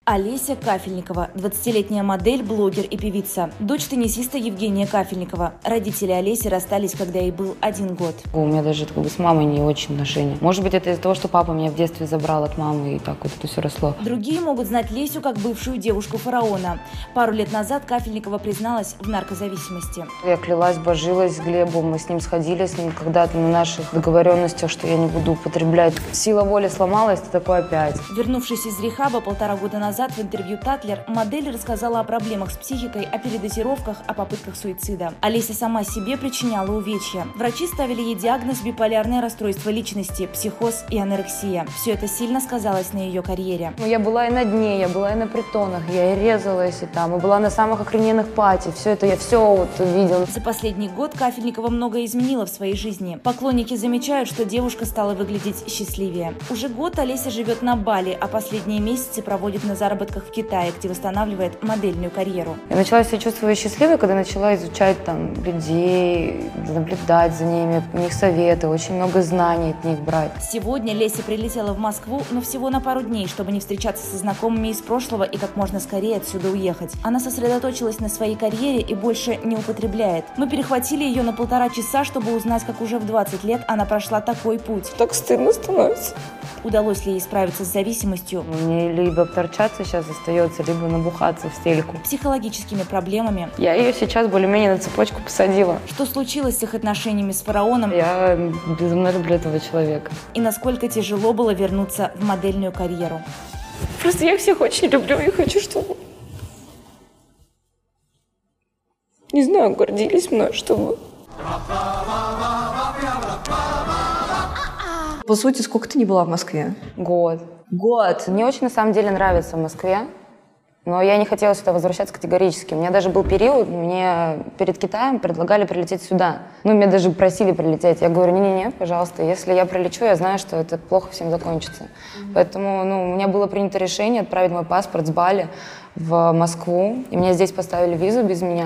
Олеся Кафельникова, 20-летняя модель, блогер и певица. Дочь теннисиста Евгения Кафельникова. Родители Олеси расстались, когда ей был 1 год. У меня даже с мамой не очень отношения. Может быть, это из-за того, что папа меня в детстве забрал от мамы, и так вот это все росло. Другие могут знать Лесю как бывшую девушку фараона. Пару лет назад Кафельникова призналась в наркозависимости. Я клялась, божилась с Глебом, мы с ним сходили когда-то на наших договоренностях, что я не буду употреблять. Сила воли сломалась, ты такой опять. Вернувшись из рехаба 1,5 года назад, в интервью Татлер модель рассказала о проблемах с психикой, о передозировках, о попытках суицида. Олеся сама себе причиняла увечья. Врачи ставили ей диагноз биполярное расстройство личности, психоз и анорексия. Все это сильно сказалось на ее карьере. Я была и на дне, я была и на притонах, я и резалась, и была на самых охрененных пати. Все это я все видела. За последний год Кафельникова многое изменила в своей жизни. Поклонники замечают, что девушка стала выглядеть счастливее. Уже год Олеся живет на Бали, а последние месяцы проводит на заработках в Китае, где восстанавливает модельную карьеру. Я начала себя чувствовать счастливой, когда начала изучать людей, наблюдать за ними, у них советы, очень много знаний от них брать. Сегодня Леся прилетела в Москву, но всего на пару дней, чтобы не встречаться со знакомыми из прошлого и как можно скорее отсюда уехать. Она сосредоточилась на своей карьере и больше не употребляет. Мы перехватили ее на 1,5 часа, чтобы узнать, как уже в 20 лет она прошла такой путь. Так стыдно становится. Удалось ли ей справиться с зависимостью? Мне либо торчаться сейчас остается, либо набухаться в стельку. Психологическими проблемами. Я ее сейчас более-менее на цепочку посадила. Что случилось с их отношениями с фараоном? Я безумно люблю этого человека. И насколько тяжело было вернуться в модельную карьеру? Просто я всех очень люблю и хочу, чтобы... Не знаю, гордились мной, чтобы... По сути, сколько ты не была в Москве? Год. Мне очень, на самом деле, нравится в Москве, но я не хотела сюда возвращаться категорически. У меня даже был период, мне перед Китаем предлагали прилететь сюда. Меня даже просили прилететь. Я говорю, не-не-не, пожалуйста, если я прилечу, я знаю, что это плохо всем закончится. Поэтому у меня было принято решение отправить мой паспорт с Бали в Москву, и мне здесь поставили визу без меня.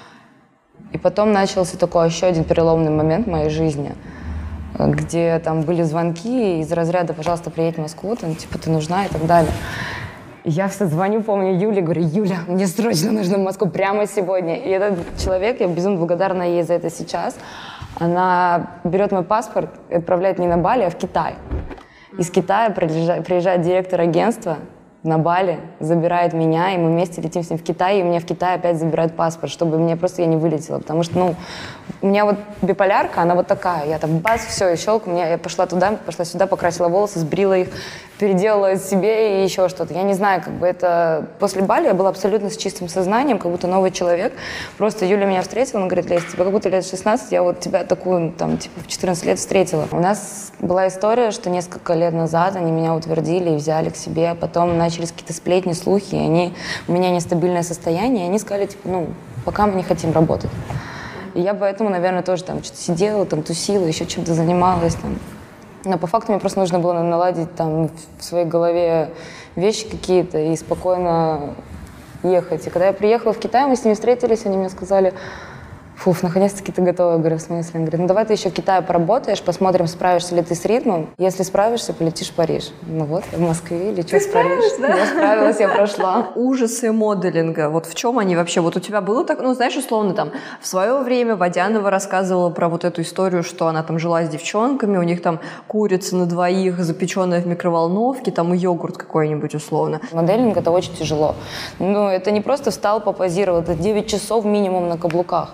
И потом начался такой еще один переломный момент в моей жизни, где там были звонки из разряда «пожалуйста, приедь в Москву, ты нужна» и так далее. Я все звоню, помню, Юле, говорю, Юля, мне срочно нужно в Москву прямо сегодня. И этот человек, я безумно благодарна ей за это сейчас, она берет мой паспорт и отправляет не на Бали, а в Китай. Из Китая приезжает директор агентства на Бали, забирает меня, и мы вместе летим с ним в Китай, и мне в Китае опять забирают паспорт, чтобы мне просто я не вылетела, потому что, у меня биполярка, она такая, я бац, все, и щелк, я пошла туда, пошла сюда, покрасила волосы, сбрила их, переделала себе и еще что-то. Я не знаю, это... После Бали я была абсолютно с чистым сознанием, как будто новый человек. Просто Юля меня встретила, она говорит, Лесь, тебе как будто лет 16, я тебя такую, в 14 лет встретила. У нас была история, что несколько лет назад они меня утвердили и взяли к себе, а потом начались какие-то сплетни, слухи, и у меня нестабильное состояние, и они сказали, пока мы не хотим работать. И я поэтому, наверное, тоже что-то сидела, тусила, еще чем-то занималась, Но по факту мне просто нужно было наладить в своей голове вещи какие-то и спокойно ехать. И когда я приехала в Китай, мы с ними встретились, они мне сказали, наконец-таки ты готова. Я говорю, в смысле? Он говорит, давай ты еще в Китае поработаешь, посмотрим, справишься ли ты с ритмом. Если справишься, полетишь в Париж. Я в Москве лечу в Париж. Да? Я справилась, я прошла. Ужасы моделинга. В чем они вообще? У тебя было так, знаешь, условно, в свое время Водянова рассказывала про эту историю, что она жила с девчонками, у них курица на двоих, запеченная в микроволновке, и йогурт какой-нибудь условно. Моделинг — это очень тяжело. Это не просто встал, попозировал, это 9 часов минимум на каблуках.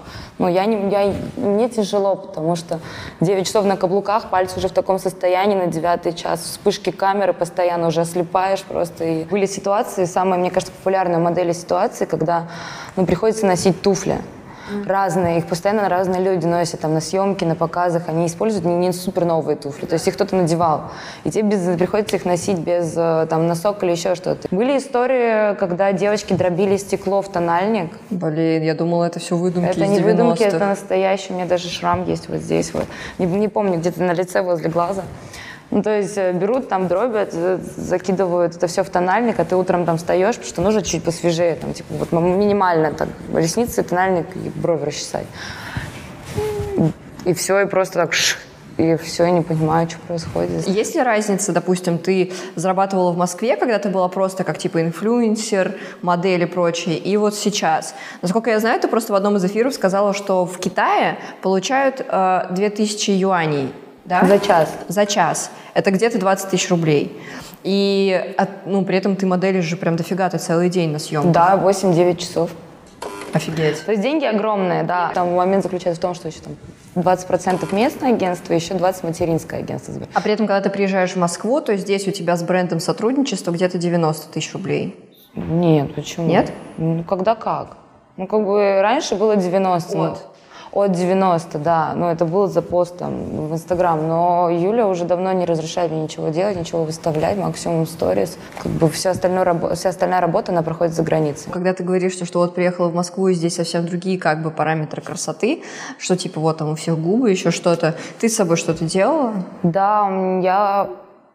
Мне тяжело, потому что 9 часов на каблуках, пальцы уже в таком состоянии на 9-й час, вспышки камеры постоянно уже ослепаешь просто. И были ситуации, самые, мне кажется, популярные модели ситуации, когда приходится носить туфли. Разные, их постоянно разные люди носят на съемки, на показах, они используют не супер новые туфли, то есть их кто-то надевал, и тебе приходится их носить без носок или еще что-то. Были истории, когда девочки дробили стекло в тональник. Блин, я думала, это все выдумки из 90-х. Это не выдумки, это настоящее, у меня даже шрам есть здесь, не помню, где-то на лице возле глаза. То есть берут, дробят, закидывают это все в тональник, а ты утром встаешь, потому что нужно чуть посвежее, минимально, ресницы, тональник и брови расчесать. И все, и просто и все, я не понимаю, что происходит. Есть ли разница, допустим, ты зарабатывала в Москве, когда ты была просто как типа инфлюенсер, модель и прочее, и вот сейчас? Насколько я знаю, ты просто в одном из эфиров сказала, что в Китае получают 2000 юаней. Да? За час. За час. Это где-то 20 тысяч рублей. И при этом ты моделишь же прям дофига, ты целый день на съемках. Да, 8-9 часов. Офигеть. То есть деньги огромные, да. Там момент заключается в том, что еще там 20% местное агентство, еще 20% материнское агентство. А при этом, когда ты приезжаешь в Москву, то здесь у тебя с брендом сотрудничество где-то 90 тысяч рублей. Нет, почему? Нет? Ну, когда как? Ну, как бы раньше было 90. От 90, да. Ну, это было за пост там в Инстаграм. Но Юля уже давно не разрешает мне ничего делать, ничего выставлять, максимум сторис. Как бы вся остальная работа, она проходит за границей. Когда ты говоришь, что вот приехала в Москву, и здесь совсем другие как бы параметры красоты, что типа вот там у всех губы, еще что-то. Ты с собой что-то делала? Да, я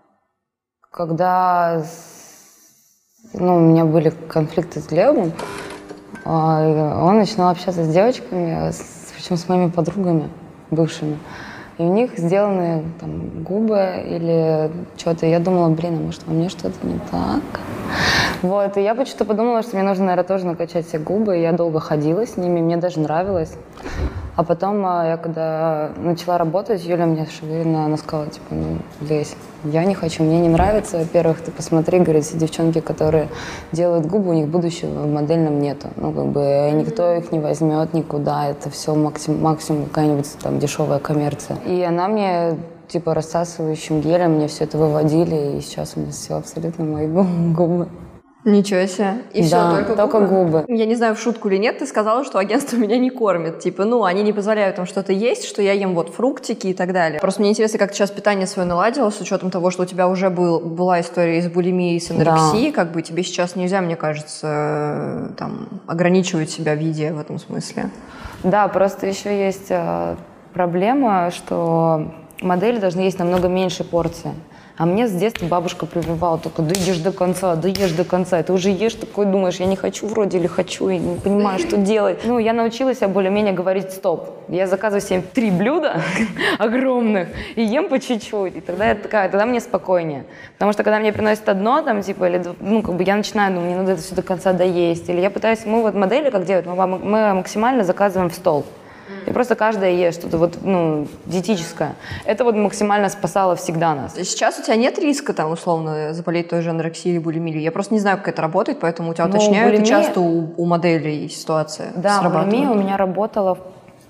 когда у меня были конфликты с Глебом, он начинал общаться с девочками, причем с моими подругами бывшими. И у них сделаны там губы или что-то. Я думала, а может, во мне что-то не так? Вот, и я почему-то подумала, что мне нужно, наверное, тоже накачать все губы. И я долго ходила с ними, мне даже нравилось. А потом я когда начала работать, Юля мне шевелила, она сказала, типа, Лесь, я не хочу, мне не нравится. Во-первых, ты посмотри, говорит, все девчонки, которые делают губы, у них будущего в модельном нету. Ну, как бы никто их не возьмет никуда, это все максимум какая-нибудь там дешевая коммерция. И она мне, типа, рассасывающим гелем мне все это выводили, и сейчас у меня все абсолютно мои губы. Ничего себе. И да, все, только губы. Я не знаю, в шутку или нет, ты сказала, что агентство меня не кормит. Типа, они не позволяют там что-то есть, что я ем вот фруктики и так далее. Просто мне интересно, как ты сейчас питание свое наладила, с учетом того, что у тебя уже была история с булимией, с анорексией, как бы тебе сейчас нельзя, мне кажется, там, ограничивать себя в еде в этом смысле. Да, просто еще есть проблема, что модели должны есть намного меньше порции. А мне с детства бабушка прививала только доешь до конца, доешь до конца. Ты уже ешь такой, думаешь, я не хочу вроде или хочу, я не понимаю, что делать. Я научилась более-менее говорить стоп. Я заказываю себе 3 блюда огромных и ем по чуть-чуть. И тогда я такая, тогда мне спокойнее. Потому что когда мне приносят одно, там, типа, или, я начинаю, мне надо это все до конца доесть. Или я пытаюсь, мы вот модели как делают, мы максимально заказываем в стол. И просто каждая ест что-то диетическое. Это максимально спасало всегда нас. Сейчас у тебя нет риска, там, условно, заболеть той же анорексией или булимией? Я просто не знаю, как это работает, поэтому у тебя уточняют, и часто у моделей ситуация срабатывает. Да, булимия у меня работала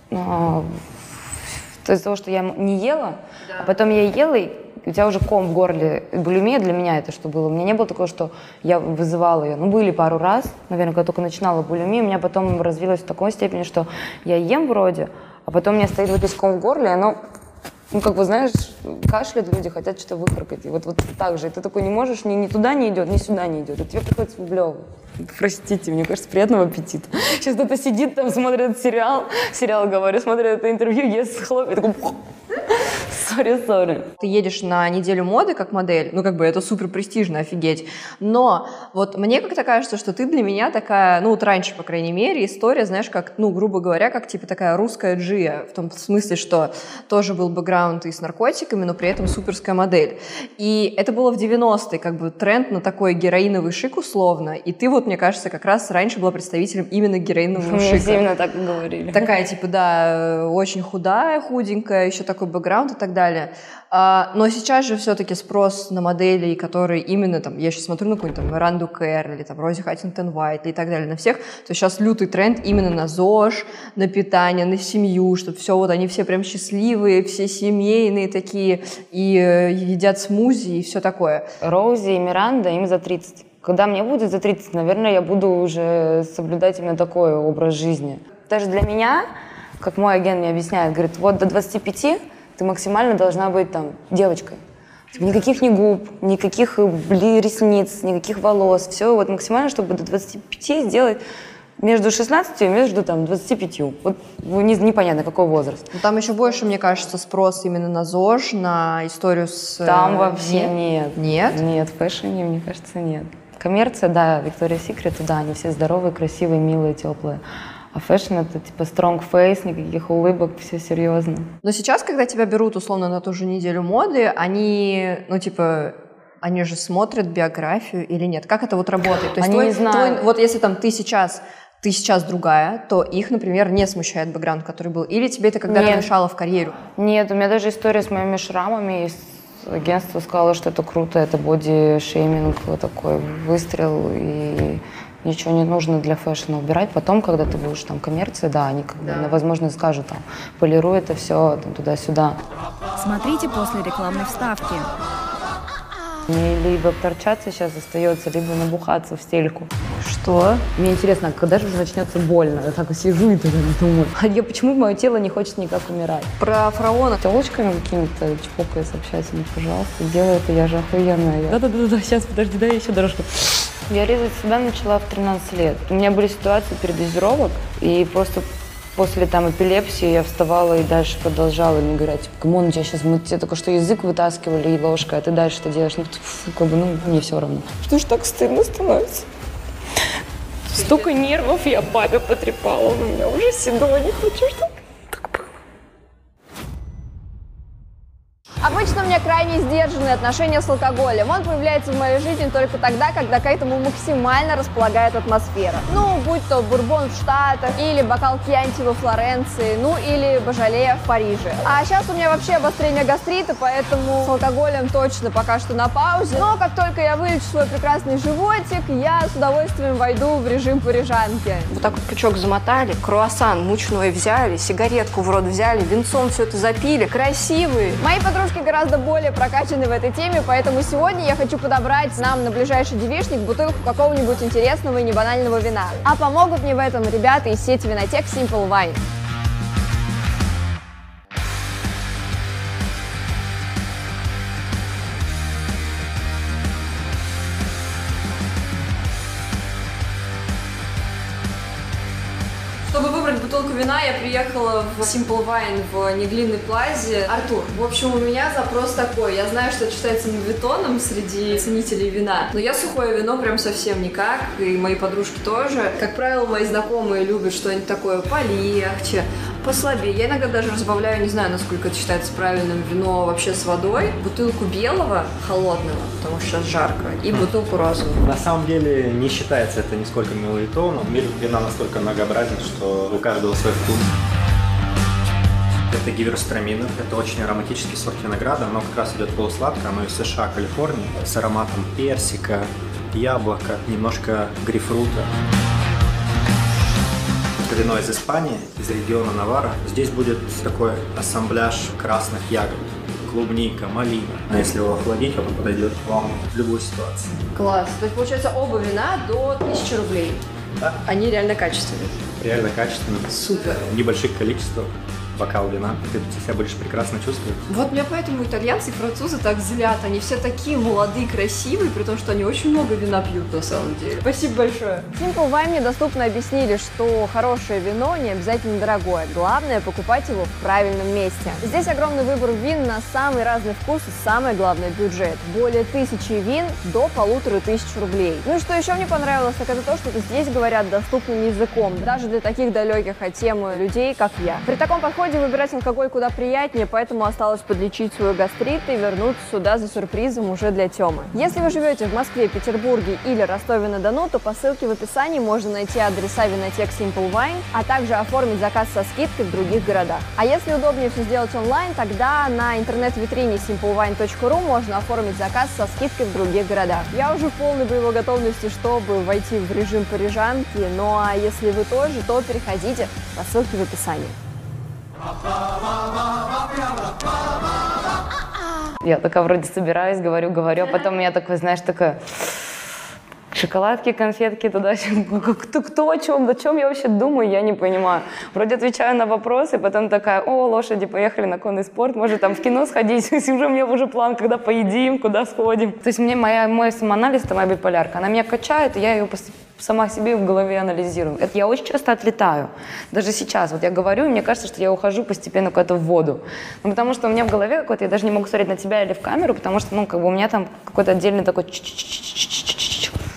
из-за того, что я не ела, а потом я ела, и у тебя уже ком в горле. Булимия для меня это что было. У меня не было такого, что я вызывала ее. Были пару раз, наверное, когда только начинала булимию, у меня потом развилось в такой степени, что я ем вроде, а потом у меня стоит вот здесь ком в горле, и оно, знаешь, кашляют люди, хотят что-то выкаркать. И вот так же. И ты такой не можешь, ни туда не идет, ни сюда не идет. И тебе приходится выблевывать. Простите, мне кажется, приятного аппетита. Сейчас кто-то сидит там, смотрит этот сериал, говорю, смотрит это интервью, ест хлоп, и такой... Сори. Ты едешь на неделю моды как модель, это супер престижно, офигеть. Но вот мне как-то кажется, что ты для меня такая, раньше, по крайней мере, история, знаешь, как, грубо говоря, как типа такая русская Джия, в том смысле, что тоже был бэкграунд и с наркотиками, но при этом суперская модель. И это было в 90-е, тренд на такой героиновый шик условно, и ты мне кажется, как раз раньше была представителем именно героинового шика. Все именно так и говорили. Такая, типа, да, очень худая, еще такой бэкграунд и так далее. Но сейчас же все-таки спрос на моделей, которые именно там, я сейчас смотрю на какую-нибудь там Миранду Кэр или там Рози Хаттингтон-Уайт и так далее, на всех, то сейчас лютый тренд именно на ЗОЖ, на питание, на семью, чтобы все они все прям счастливые, все семейные такие, и едят смузи и все такое. Рози и Миранда, им за 30. Когда мне будет за 30, наверное, я буду уже соблюдать именно такой образ жизни. Даже для меня, как мой агент мне объясняет, говорит, до 25 ты максимально должна быть там девочкой. Никаких ни губ, никаких ресниц, никаких волос. Все максимально, чтобы до 25 сделать между 16 и между 25. Непонятно, какой возраст. Там еще больше, мне кажется, спрос именно на ЗОЖ, на историю с... Там вообще нет. Нет? Нет, в фэшне, мне кажется, нет. Коммерция, да, Victoria's Secret, да, они все здоровые, красивые, милые, теплые. А фэшн это типа strong face, никаких улыбок, все серьезно. Но сейчас, когда тебя берут условно на ту же неделю моды, они, ну типа, они же смотрят биографию или нет? Как это вот работает? То есть Они не знают. вот если там ты сейчас другая, то их, например, не смущает бэкграунд, который был? Или тебе это когда-то мешало в карьеру? Нет, у меня даже история с моими шрамами. Агентство сказало, что это круто, это боди-шейминг, вот такой выстрел, и ничего не нужно для фэшна убирать. Потом, когда ты будешь там коммерцией, да, они как бы, возможно, скажут, там, полируй это все там, туда-сюда. Смотрите после рекламной вставки. Мне либо обторчаться сейчас остается, либо набухаться в стельку. Что? Мне интересно, когда же уже начнется больно? Я так сижу и думаю, почему мое тело не хочет никак умирать? Про фараона. Телочками какими-то чпокаясь, общайся, пожалуйста, делай это, я же охуенная. Да-да-да, сейчас, подожди, дай я еще дорожку. Я резать себя начала в 13 лет. У меня были ситуации передозировок, и просто после там эпилепсии я вставала и дальше продолжала. И мне говорят, типа, камон, у тебя сейчас, мы тебе только что язык вытаскивали и ложкой, а ты дальше что делаешь? Ну, фу, как бы, ну, мне все равно. Что ж так стыдно становится? Столько нервов я папе потрепала, у меня уже седой, не хочу, чтобы так было. Обычно у меня крайне сдержанные отношения с алкоголем. Он появляется в моей жизни только тогда, когда к этому максимально располагает атмосфера. Ну, будь то бурбон в Штатах, или бокал кьянти во Флоренции, ну или божалея в Париже. А сейчас у меня вообще обострение гастрита, поэтому с алкоголем точно пока что на паузе. Но как только я вылечу свой прекрасный животик, я с удовольствием войду в режим парижанки. Вот так вот пучок замотали, круассан мучной взяли, сигаретку в рот взяли, венцом все это запили. Красивый. Мои подружки гораздо более прокачаны в этой теме, поэтому сегодня я хочу подобрать нам на ближайший девичник бутылку какого-нибудь интересного и небанального вина. А помогут мне в этом ребята из сети винотек Simple Wine. Чтобы выбрать бутылку вина, я приехала в Simple Wine в Неглинной Плазе. Артур, в общем, у меня запрос такой. Я знаю, что это считается моветоном среди ценителей вина, но я сухое вино прям совсем никак, и мои подружки тоже. Как правило, мои знакомые любят что-нибудь такое полегче, послабее. Я иногда даже разбавляю, не знаю, насколько это считается правильным, вино вообще с водой. Бутылку белого, холодного, потому что сейчас жарко, и бутылку розового. На самом деле не считается это нисколько моветоном. Мир вина настолько многообразен, что у каждого свой вкус. Это гиверстраминов, это очень ароматический сорт винограда, оно как раз идет полусладкое, оно из США, Калифорнии, с ароматом персика, яблока, немножко грейпфрута. Это вино из Испании, из региона Наварра. Здесь будет такой ассамбляж красных ягод. Клубника, малина. А если его охладить, он подойдет к вам в любую ситуацию. Класс. То есть, получается, оба вина до 1000 рублей. Да. Они реально качественные. Реально качественно. Супер. В небольших количествах. Бокал вина, ты себя будешь прекрасно чувствовать. Вот меня поэтому итальянцы и французы так злят. Они все такие молодые, красивые, при том, что они очень много вина пьют на самом деле. Спасибо большое. Simple Wine мне доступно объяснили, что хорошее вино не обязательно дорогое. Главное покупать его в правильном месте. Здесь огромный выбор вин на самый разный вкус и самое главное бюджет. Более 1000 вин до 1500 рублей. Ну и что еще мне понравилось, так это то, что здесь говорят доступным языком, даже для таких далеких от темы людей, как я. При таком подходе выбирать алкоголь куда приятнее, поэтому осталось подлечить свой гастрит и вернуться сюда за сюрпризом уже для Тёмы. Если вы живете в Москве, Петербурге или Ростове-на-Дону, то по ссылке в описании можно найти адреса винотек Simple Wine, а также оформить заказ со скидкой в других городах. А если удобнее все сделать онлайн, тогда на интернет-витрине simplewine.ru можно оформить заказ со скидкой в других городах. Я уже в полной боевой готовности, чтобы войти в режим парижанки, ну а если вы тоже, то переходите по ссылке в описании. Я такая вроде собираюсь, говорю, а потом я такая, знаешь, такая... Шоколадки, конфетки, туда-сюда. Кто о чем я вообще думаю, я не понимаю. Вроде отвечаю на вопросы, потом такая, о, лошади, поехали на конный спорт, может там в кино сходить, уже у меня уже план, когда поедим, куда сходим. То есть мой самоанализ, это моя биполярка, она меня качает, и я ее сама себе в голове анализирую. Это я очень часто отлетаю. Даже сейчас, вот я говорю, и мне кажется, что я ухожу постепенно куда-то в воду. Ну, потому что у меня в голове какой-то, я даже не могу смотреть на тебя или в камеру, потому что, ну, как бы у меня там какой-то отдельный такой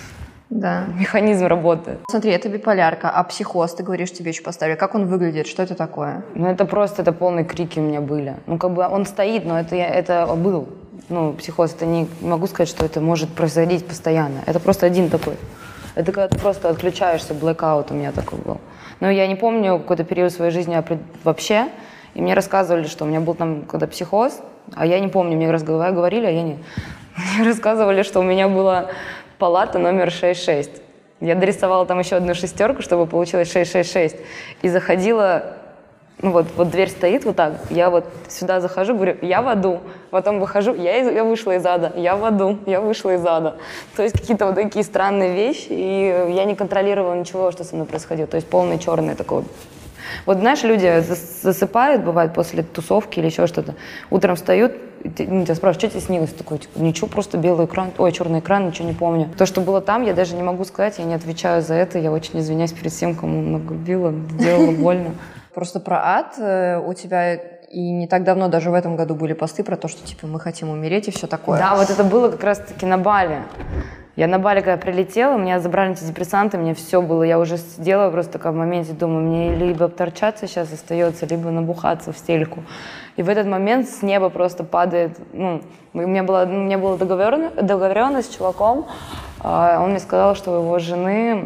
Да. Механизм работает. Смотри, это биполярка, а психоз, ты говоришь, тебе еще поставили. Как он выглядит? Что это такое? Ну, это просто, это полные крики у меня были. Ну, как бы он стоит, но это был. Ну, психоз, это не могу сказать, что это может происходить постоянно. Это просто один такой. Это когда ты просто отключаешься, blackout у меня такой был. Но я не помню какой-то период своей жизни вообще. И мне рассказывали, что у меня был там когда психоз, а я не помню, мне говорили, а я не. Мне рассказывали, что у меня была палата номер 66. Я дорисовала там еще одну шестерку, чтобы получилось 666. И заходила, ну вот дверь стоит вот так, я вот сюда захожу, говорю, я в аду. Потом выхожу, я вышла из ада, я в аду, я вышла из ада. То есть какие-то вот такие странные вещи, и я не контролировала ничего, что со мной происходило. То есть полный черный такой. Вот знаешь, люди засыпают, бывает, после тусовки или еще что-то. Утром встают, тебя спрашивают, что тебе снилось? Такой, типа, ничего, просто белый экран, черный экран, ничего не помню. То, что было там, я даже не могу сказать, я не отвечаю за это. Я очень извиняюсь перед всем, кому нагубила, сделала больно. Просто про ад у тебя и не так давно, даже в этом году были посты про то, что типа мы хотим умереть и все такое. Да, вот это было как раз-таки на Бали. Я на Бали, когда прилетела, меня забрали антидепрессанты, мне все было. Я уже сидела просто такая в моменте, думаю, мне либо обторчаться сейчас остается, либо набухаться в стельку. И в этот момент с неба просто падает, ну, у меня была договоренность с чуваком, он мне сказал, что его жена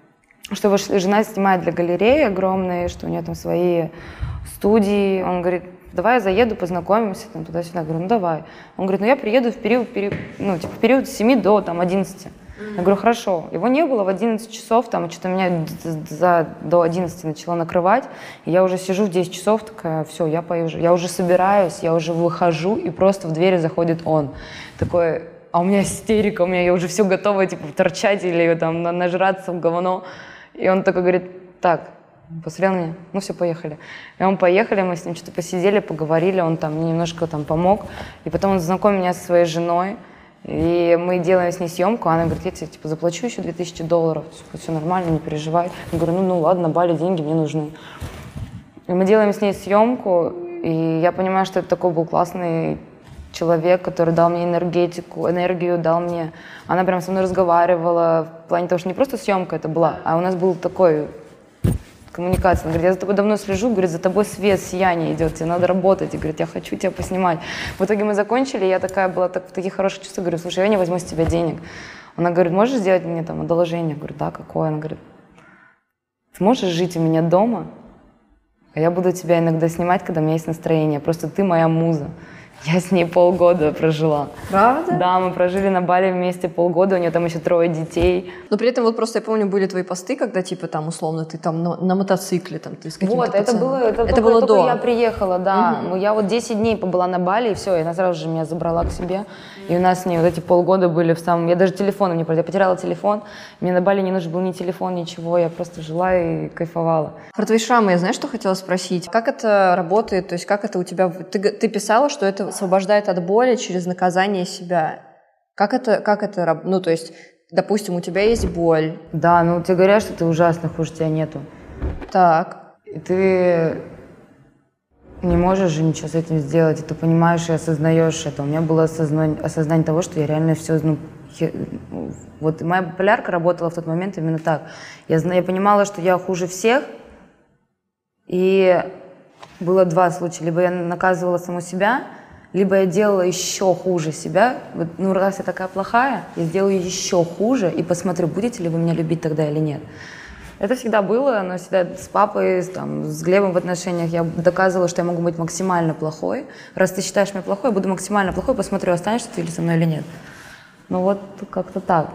снимает для галереи огромные, что у нее там свои студии. Он говорит, давай я заеду, познакомимся, там, туда-сюда. Я говорю, ну давай. Он говорит, ну я приеду в период с 7 до 11. Я говорю, хорошо. Его не было в 11 часов, там что-то меня до 11 начало накрывать. И я уже сижу в 10 часов, такая, все, я уже собираюсь, я уже выхожу, и просто в двери заходит он. Такой, а у меня истерика, я уже все готова, типа, торчать или там нажраться в говно. И он такой говорит, так, посмотрел на меня, ну все, поехали. И он поехали, мы с ним что-то посидели, поговорили, он там мне немножко там помог. И потом он знакомил меня со своей женой, и мы делаем с ней съемку, она говорит, я тебе типа заплачу еще $2000, все нормально, не переживай. Я говорю, ну ладно, на Бали деньги мне нужны. И мы делаем с ней съемку, и я понимаю, что это такой был классный человек, который дал мне энергию дал мне. Она прям со мной разговаривала в плане того, что не просто съемка это была, а у нас был такой коммуникация. Она говорит, я за тобой давно слежу, говорит, за тобой свет, сияние идет, тебе надо работать. И говорит, я хочу тебя поснимать. В итоге мы закончили, и я такая была в таких хороших чувствах, говорю, слушай, я не возьму с тебя денег. Она говорит, можешь сделать мне там одолжение? Я говорю, да, какое? Она говорит, ты можешь жить у меня дома, а я буду тебя иногда снимать, когда у меня есть настроение, просто ты моя муза. Я с ней полгода прожила. Правда? Да, мы прожили на Бали вместе полгода, у нее там еще 3 детей. Но при этом вот просто я помню, были твои посты, когда типа там условно ты там на мотоцикле, там ты с каким-то Вот, это пацаном. было до. только я приехала, да. Я вот 10 дней побыла на Бали, и все, и она сразу же меня забрала к себе. И у нас с ней вот эти полгода были в самом... Я даже телефоном не пользовалась, я потеряла телефон. Мне на Бали не нужен был ни телефон, ничего, я просто жила и кайфовала. Про твои шрамы я, знаешь, что хотела спросить? Как это работает, то есть как это у тебя... Ты писала, что это освобождает от боли через наказание себя. Как это, ну, то есть, допустим, у тебя есть боль. Да, ну тебе говорят, что ты ужасно, хуже тебя нету. Так. И ты не можешь же ничего с этим сделать, и ты понимаешь и осознаешь это. У меня было осознание того, что я реально все... Вот моя биполярка работала в тот момент именно так. Я понимала, что я хуже всех, и было 2 случая. Либо я наказывала саму себя, либо я делала еще хуже себя. Вот, ну, раз я такая плохая, я сделаю еще хуже и посмотрю, будете ли вы меня любить тогда или нет. Это всегда было, но всегда с папой, с Глебом в отношениях я доказывала, что я могу быть максимально плохой. Раз ты считаешь меня плохой, я буду максимально плохой, посмотрю, останешься ты или со мной или нет. Ну вот как-то так.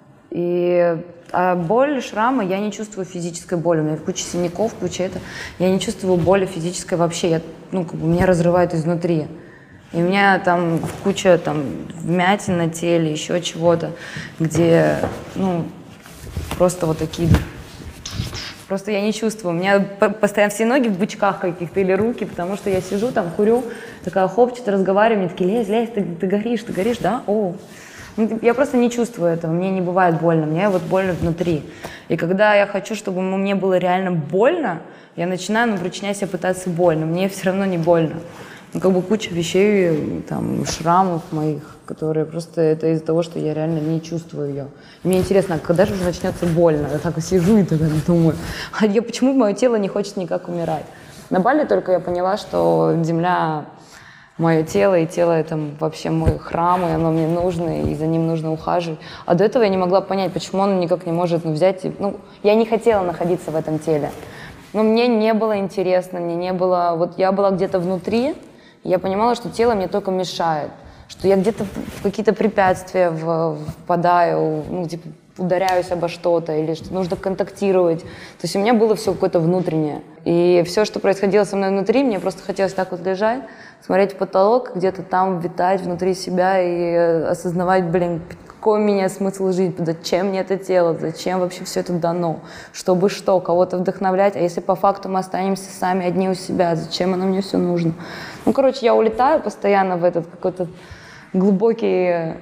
А боль, шрамы, я не чувствую физической боли. У меня куча синяков, куча это. Я не чувствую боли физической вообще. Меня разрывает изнутри. И у меня там куча вмятин на теле, еще чего-то, где, просто вот такие... Просто я не чувствую. У меня постоянно все ноги в бычках каких-то или руки, потому что я сижу там, курю, такая хоп, что-то разговариваю, мне такие, лезь, ты горишь, да? О. Я просто не чувствую этого, мне не бывает больно, мне вот больно внутри. И когда я хочу, чтобы мне было реально больно, я начинаю, причинять себе пытаться больно, мне все равно не больно. Ну, как бы куча вещей, там, шрамов моих, которые просто это из-за того, что я реально не чувствую ее. Мне интересно, когда же уже начнется больно? Я так сижу и тогда думаю, почему мое тело не хочет никак умирать? На Бали только я поняла, что земля мое тело, и тело это вообще мой храм, и оно мне нужно, и за ним нужно ухаживать. А до этого я не могла понять, почему оно никак не может взять. Я не хотела находиться в этом теле. Но мне не было интересно, мне не было... Вот я была где-то внутри, и я понимала, что тело мне только мешает, что я где-то в какие-то препятствия впадаю, ударяюсь обо что-то, или что нужно контактировать. То есть у меня было все какое-то внутреннее. И все, что происходило со мной внутри, мне просто хотелось так вот лежать, смотреть в потолок, где-то там витать внутри себя и осознавать, какой у меня смысл жить, зачем мне это тело, зачем вообще все это дано, чтобы что, кого-то вдохновлять, а если по факту мы останемся сами одни у себя, зачем оно мне все нужно. Я улетаю постоянно в этот какой-то глубокое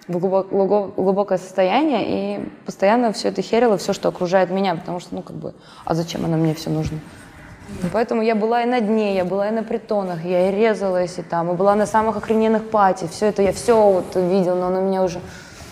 состояние, и постоянно все это херило, все, что окружает меня, потому что, а зачем оно мне все нужно? Поэтому я была и на дне, я была и на притонах, я и резалась, и была на самых охрененных пати, все это я все видела, но оно меня уже...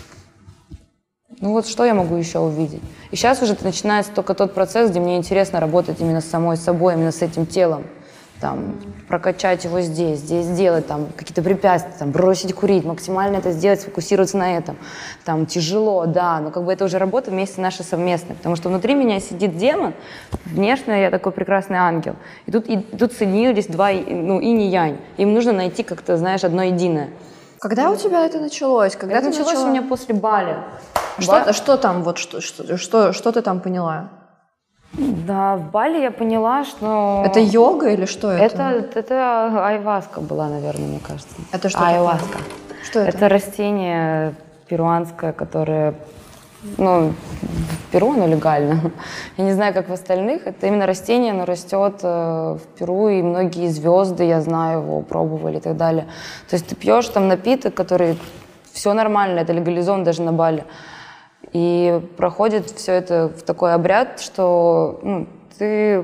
что я могу еще увидеть? И сейчас уже начинается только тот процесс, где мне интересно работать именно с самой собой, именно с этим телом. Прокачать его здесь сделать, какие-то препятствия, бросить курить, максимально это сделать, сфокусироваться на этом. Тяжело, да, но это уже работа вместе наша совместная, потому что внутри меня сидит демон, внешне я такой прекрасный ангел. И тут соединились два, инь и янь. Им нужно найти как-то, одно единое. Когда у тебя это началось? Это началось у меня после Бали. Что там, что ты там поняла? Да, в Бали я поняла, что... Это йога или что это? Это айваска была, наверное, мне кажется. Это что айваска. Что это? Это растение перуанское, которое... в Перу оно легально. Я не знаю, как в остальных. Это именно растение, оно растет в Перу, и многие звезды, я знаю, его пробовали и так далее. То есть ты пьешь напиток, который... Все нормально, это легализовано даже на Бали. И проходит все это в такой обряд, что ты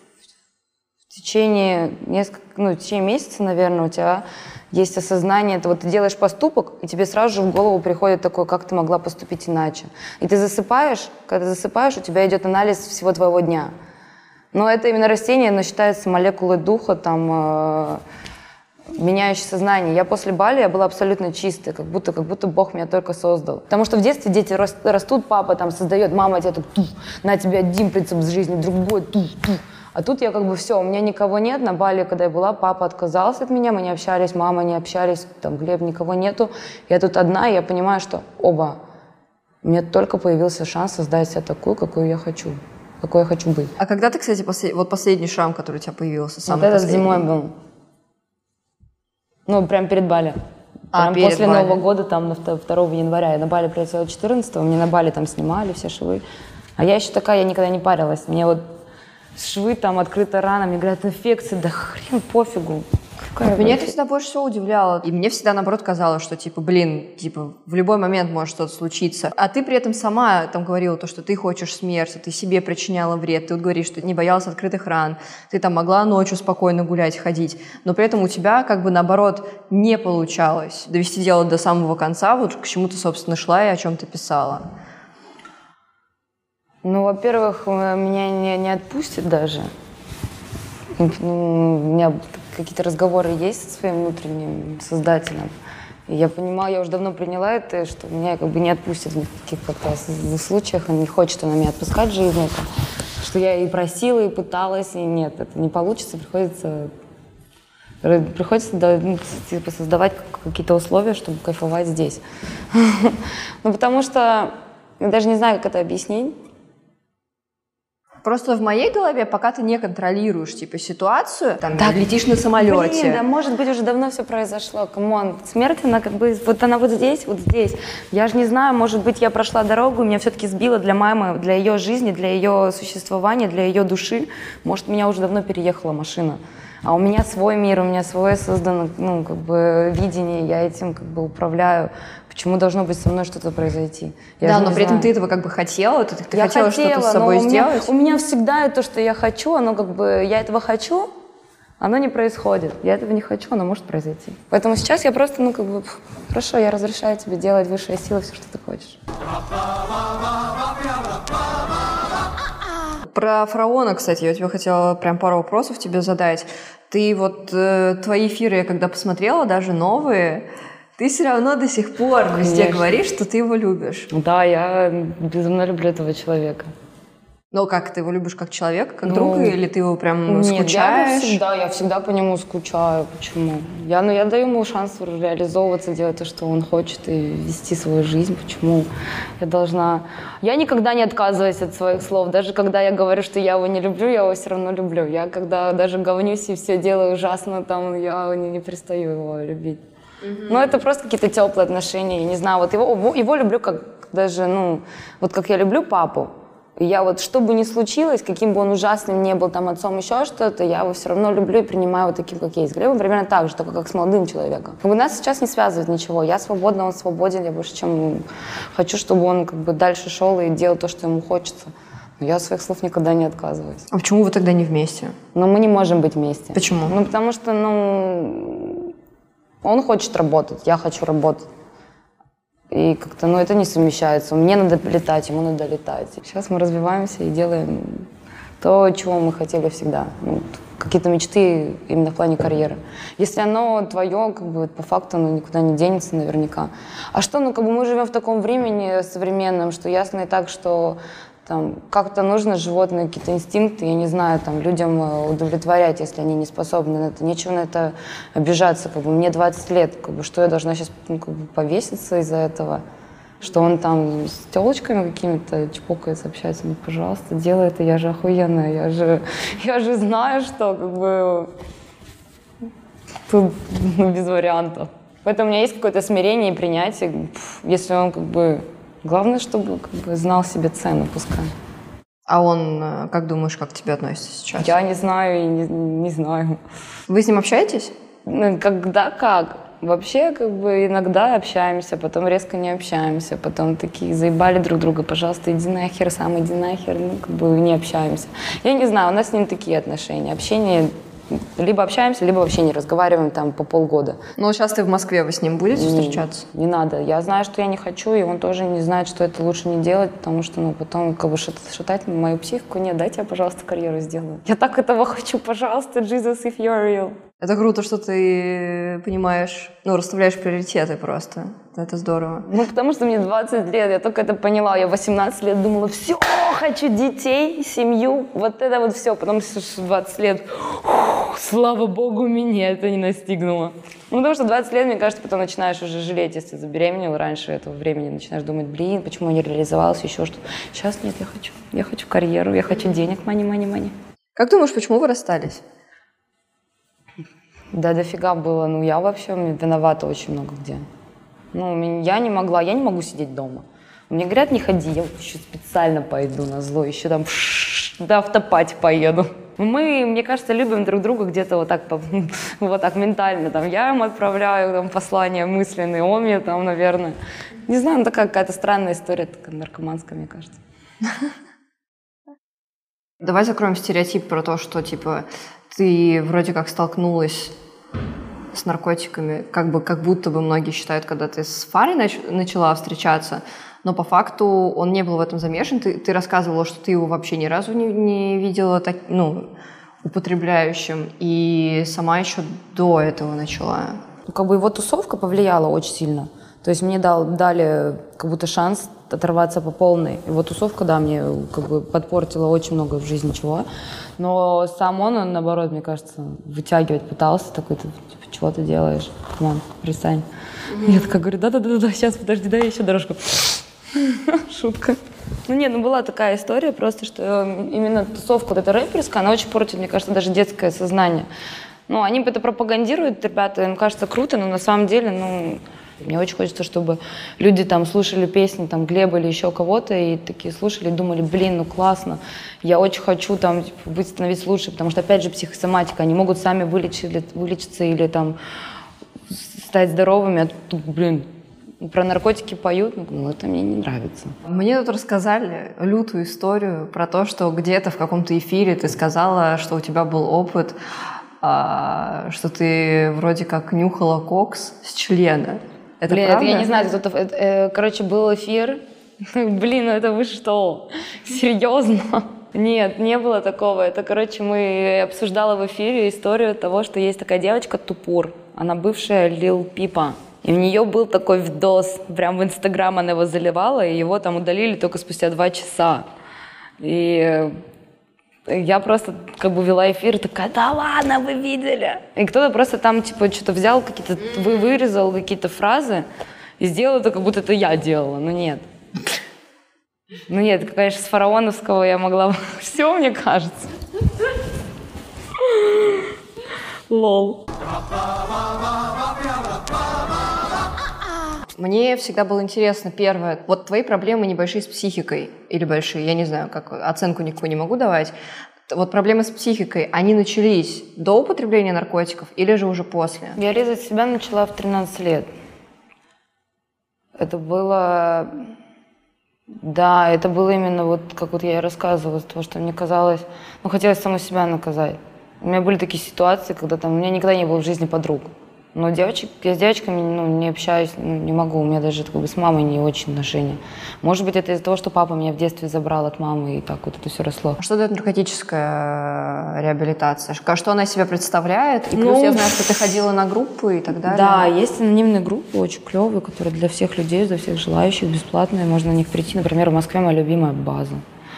в течение месяца, наверное, у тебя есть осознание, ты делаешь поступок, и тебе сразу же в голову приходит такое, как ты могла поступить иначе. И ты засыпаешь, когда засыпаешь, у тебя идет анализ всего твоего дня. Но это именно растение, оно считается молекулой духа, меняющее сознание. Я после Бали я была абсолютно чистая, как будто Бог меня только создал. Потому что в детстве дети растут, папа создает, мама тебе на тебе один принцип жизни, другой, А тут я все, у меня никого нет. На Бали, когда я была, папа отказался от меня, мы не общались, мама не общались, Глеб, никого нету. Я тут одна, и я понимаю, что у меня только появился шанс создать себя такую, какой я хочу быть. А когда ты, кстати, последний шрам, который у тебя появился, самый этот последний? Зимой был. Прям перед Бали. Перед после Бали. Нового года, на 2 января. Я на Бали прилетела 14-го, мне на Бали снимали все швы. А я еще такая, я никогда не парилась. Мне швы, открытая рана, мне говорят, инфекция, да хрен, пофигу. Меня это всегда больше всего удивляло. И мне всегда, наоборот, казалось, что, в любой момент может что-то случиться. А ты при этом сама говорила то, что ты хочешь смерти, ты себе причиняла вред. Ты говоришь, что не боялась открытых ран. Ты могла ночью спокойно гулять, ходить. Но при этом у тебя, наоборот, не получалось довести дело до самого конца, к чему ты, собственно, шла и о чем ты писала. Во-первых, меня не отпустит даже. У меня какие-то разговоры есть со своим внутренним создателем. И я понимала, я уже давно приняла это, что меня не отпустят в таких случаях. Он не хочет на меня отпускать жизнь. Что я и просила, и пыталась, и нет, это не получится. Приходится создавать какие-то условия, чтобы кайфовать здесь. Потому что я даже не знаю, как это объяснить. Просто в моей голове, пока ты не контролируешь ситуацию, летишь на самолете. Да, может быть, уже давно все произошло. Камон, смерть, она она здесь, здесь. Я же не знаю, может быть, я прошла дорогу, меня все-таки сбило для мамы, для ее жизни, для ее существования, для ее души. Может, меня уже давно переехала машина. А у меня свой мир, у меня свое создано, видение, я этим управляю. Почему должно быть со мной что-то произойти? Но при этом ты этого хотела, ты хотела что-то с собой сделать? У меня всегда то, что я хочу, оно я этого хочу, Оно не происходит. Я этого не хочу, оно может произойти. Поэтому сейчас я просто, хорошо, я разрешаю тебе делать высшие силы все, что ты хочешь. Про фараона, кстати, я тебе хотела прям пару вопросов тебе задать. Ты твои эфиры, я когда посмотрела, даже новые, ты все равно до сих пор везде говоришь, что ты его любишь. Да, я безумно люблю этого человека. Но как, ты его любишь как человека, как друга, или ты его прям скучаешь? Нет, я всегда по нему скучаю. Почему? Я даю ему шанс реализовываться, делать то, что он хочет, и вести свою жизнь. Почему я должна... Я никогда не отказываюсь от своих слов. Даже когда я говорю, что я его не люблю, я его все равно люблю. Я когда даже говнюсь и все делаю ужасно, я не перестаю его любить. Но это просто какие-то теплые отношения. Я не знаю, его люблю как даже, как я люблю папу. Я что бы ни случилось, каким бы он ужасным не был, отцом, еще что-то, я его все равно люблю и принимаю таким, как есть. Глеб примерно так же, только как с молодым человеком. Нас сейчас не связывает ничего. Я свободна, он свободен. Я больше чем хочу, чтобы он дальше шел и делал то, что ему хочется. Но я от своих слов никогда не отказываюсь. А почему вы тогда не вместе? Мы не можем быть вместе. Почему? Потому что, он хочет работать, я хочу работать. И как-то, это не совмещается. Мне надо летать, ему надо летать. Сейчас мы развиваемся и делаем то, чего мы хотели всегда. Какие-то мечты именно в плане карьеры. Если оно твое, по факту оно никуда не денется наверняка. А что, мы живем в таком времени современном, что ясно и так, что как-то нужно животные какие-то инстинкты, я не знаю, людям удовлетворять, если они не способны на это. Нечего на это обижаться. Мне 20 лет, что я должна сейчас повеситься из-за этого? Что он с телочками какими-то чпокается, общается. Пожалуйста, делай это, я же охуенная, я же знаю, что тут без вариантов. Поэтому у меня есть какое-то смирение и принятие, если он главное, чтобы знал себе цену, пускай. А он, как думаешь, как к тебе относится сейчас? Я не знаю и не знаю. Вы с ним общаетесь? Когда как. Вообще, иногда общаемся, потом резко не общаемся, потом такие заебали друг друга, пожалуйста, иди нахер, сам иди нахер, не общаемся. Я не знаю, у нас с ним такие отношения. Общение либо общаемся, либо вообще не разговариваем по полгода. Но сейчас ты в Москве, вы с ним будете встречаться? Не надо. Я знаю, что я не хочу, и он тоже не знает, что это лучше не делать, потому что, потом, шатать мою психику. Нет, дайте я, пожалуйста, карьеру сделаю. Я так этого хочу, пожалуйста, Jesus, if you're real. Это круто, что ты понимаешь, расставляешь приоритеты просто. Это здорово. Потому что мне 20 лет, я только это поняла. Я 18 лет думала, все, хочу детей, семью, это все. Потом 20 лет, слава богу, меня это не настигнуло. Потому что 20 лет, мне кажется, потом начинаешь уже жалеть, если забеременела раньше этого времени. Начинаешь думать, почему я не реализовалась, еще что-то. Сейчас нет, я хочу карьеру, я хочу денег, money. Как думаешь, почему вы расстались? Да дофига было. Я вообще виновата очень много где. Я не могу сидеть дома. Мне говорят, не ходи, я еще специально пойду на зло, еще до автопати поеду. Мы, мне кажется, любим друг друга где-то вот так ментально. Я ему отправляю послания мысленные, он мне наверное. Не знаю, такая какая-то странная история, такая наркоманская, мне кажется. Давай закроем стереотип про то, что, ты вроде как столкнулась с наркотиками, как будто бы многие считают, когда ты с Фарой начала встречаться, но по факту он не был в этом замешан. Ты рассказывала, что ты его вообще ни разу не видела употребляющим, и сама еще до этого начала. Его тусовка повлияла очень сильно. То есть мне дали как будто шанс оторваться по полной. Его тусовка, да, мне подпортила очень много в жизни чего. Но сам он, наоборот, мне кажется, вытягивать пытался. Такой, ты чего ты делаешь? Мам, перестань. Я такая говорю, да, сейчас, подожди, дай еще дорожку. Шутка. Была такая история просто, что именно тусовка эта рэперская, она очень портит, мне кажется, даже детское сознание. Они это пропагандируют, ребята, им кажется круто, но на самом деле, мне очень хочется, чтобы люди слушали песни Глеба или еще кого-то и такие слушали и думали, классно, я очень хочу становиться лучше, потому что, опять же, психосоматика, они могут сами вылечиться или стать здоровыми, а тут, про наркотики поют, это мне не нравится. Мне тут рассказали лютую историю про то, что где-то в каком-то эфире ты сказала, что у тебя был опыт что ты вроде как нюхала кокс с члена. Это Блин, правда? это я не знаю, короче, был эфир. Блин, ну это вы что? Серьезно? Нет, не было такого. Это, короче, мы обсуждали в эфире историю того, что есть такая девочка Тупур. Она бывшая Лил Пипа. И у нее был такой видос, прям в Инстаграм она его заливала, и его там удалили только спустя 2 часа. И я просто как бы вела эфир, такая, да ладно, вы видели? И кто-то просто там типа что-то взял, какие-то, вырезал какие-то фразы и сделал это, как будто это я делала. Но нет. Ну нет, конечно, с фараоновского я могла все, мне кажется. Лол. Мне всегда было интересно, первое, вот твои проблемы небольшие с психикой, или большие, я не знаю, как оценку никакую не могу давать. Вот проблемы с психикой, они начались до употребления наркотиков или же уже после? Я резать себя начала в 13 лет. Это было... Да, это было именно вот, как вот я и рассказывала, то, что мне казалось... Ну, хотелось саму себя наказать. У меня были такие ситуации, когда там у меня никогда не было в жизни подруг. Но я с девочками не общаюсь, не могу. У меня даже как бы с мамой не очень отношения. Может быть, это из-за того, что папа меня в детстве забрал от мамы, и так вот это все росло. А что дает наркотическая реабилитация? Что она из себя представляет? И плюс я знаю, что ты ходила на группы и так далее. Да, есть анонимные группы, очень клевые, которые для всех людей, для всех желающих, бесплатные. Можно на них прийти. Например, в Москве моя любимая база.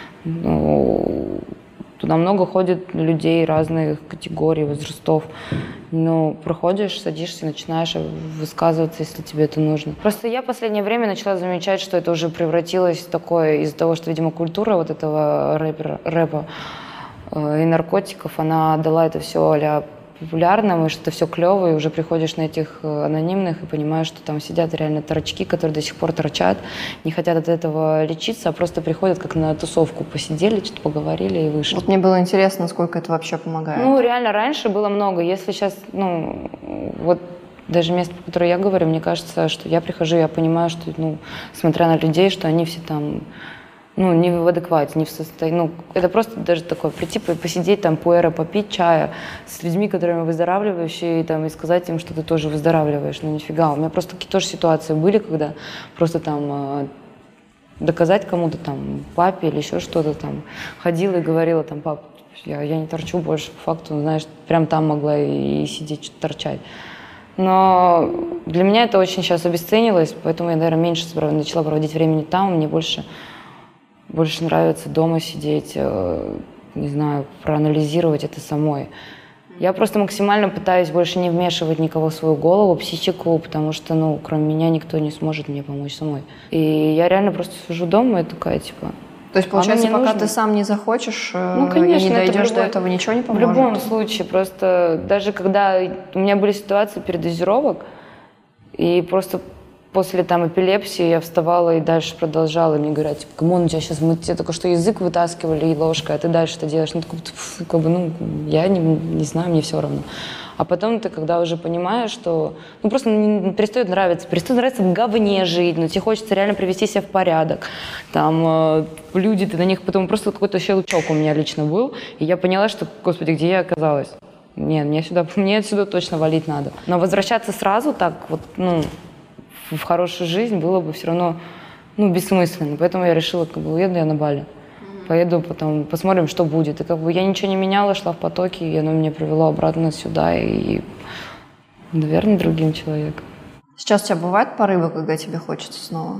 Туда много ходит людей разных категорий, возрастов. Но проходишь, садишься, начинаешь высказываться, если тебе это нужно. Просто я в последнее время начала замечать, что это уже превратилось в такое, из-за того, что, видимо, культура вот этого рэпа и наркотиков, она дала это все а-ля популярным, и что это все клево, и уже приходишь на этих анонимных и понимаешь, что там сидят реально торчки, которые до сих пор торчат, не хотят от этого лечиться, а просто приходят как на тусовку, посидели, что-то поговорили и вышли. Вот мне было интересно, насколько это вообще помогает. Ну, реально, раньше было много. Если сейчас, вот даже место, про которое я говорю, мне кажется, что я прихожу, я понимаю, что, смотря на людей, что они все там, не в адеквате, не в состоянии. Это просто даже такое, прийти, посидеть, там, пуэра, попить чая с людьми, которыми выздоравливающие, и сказать им, что ты тоже выздоравливаешь. Нифига. У меня просто такие тоже ситуации были, когда просто там доказать кому-то, там, папе или еще что-то там, ходила и говорила, там, пап, я не торчу больше, по факту, знаешь, прям там могла и сидеть, что-то торчать. Но для меня это очень сейчас обесценилось, поэтому я, наверное, меньше начала проводить времени там, мне больше нравится дома сидеть, не знаю, проанализировать это самой. Я просто максимально пытаюсь больше не вмешивать никого в свою голову, психику, потому что, кроме меня никто не сможет мне помочь самой. И я реально просто сижу дома и такая, типа... То есть, получается, пока ты сам не захочешь, конечно, и не дойдешь до этого, ничего не поможет? В любом случае, просто даже когда у меня были ситуации передозировок, и просто после эпилепсии я вставала и дальше продолжала. И мне говорят, типа, камон, у тебя сейчас, мы тебе только что язык вытаскивали и ложкой, а ты дальше это делаешь. Я не знаю, мне все равно. А потом ты, когда уже понимаешь, что просто перестает нравиться в говне жить, тебе хочется реально привести себя в порядок. Там люди, ты на них потом просто какой-то щелчок у меня лично был, и я поняла, что, господи, где я оказалась? Нет, мне отсюда точно валить надо. Но возвращаться сразу так в хорошую жизнь было бы все равно бессмысленно. Поэтому я решила, уеду я на Бали. Поеду, потом посмотрим, что будет. И я ничего не меняла, шла в потоке, и оно меня привело обратно сюда и, наверное, другим человеком. Сейчас у тебя бывают порывы, когда тебе хочется снова?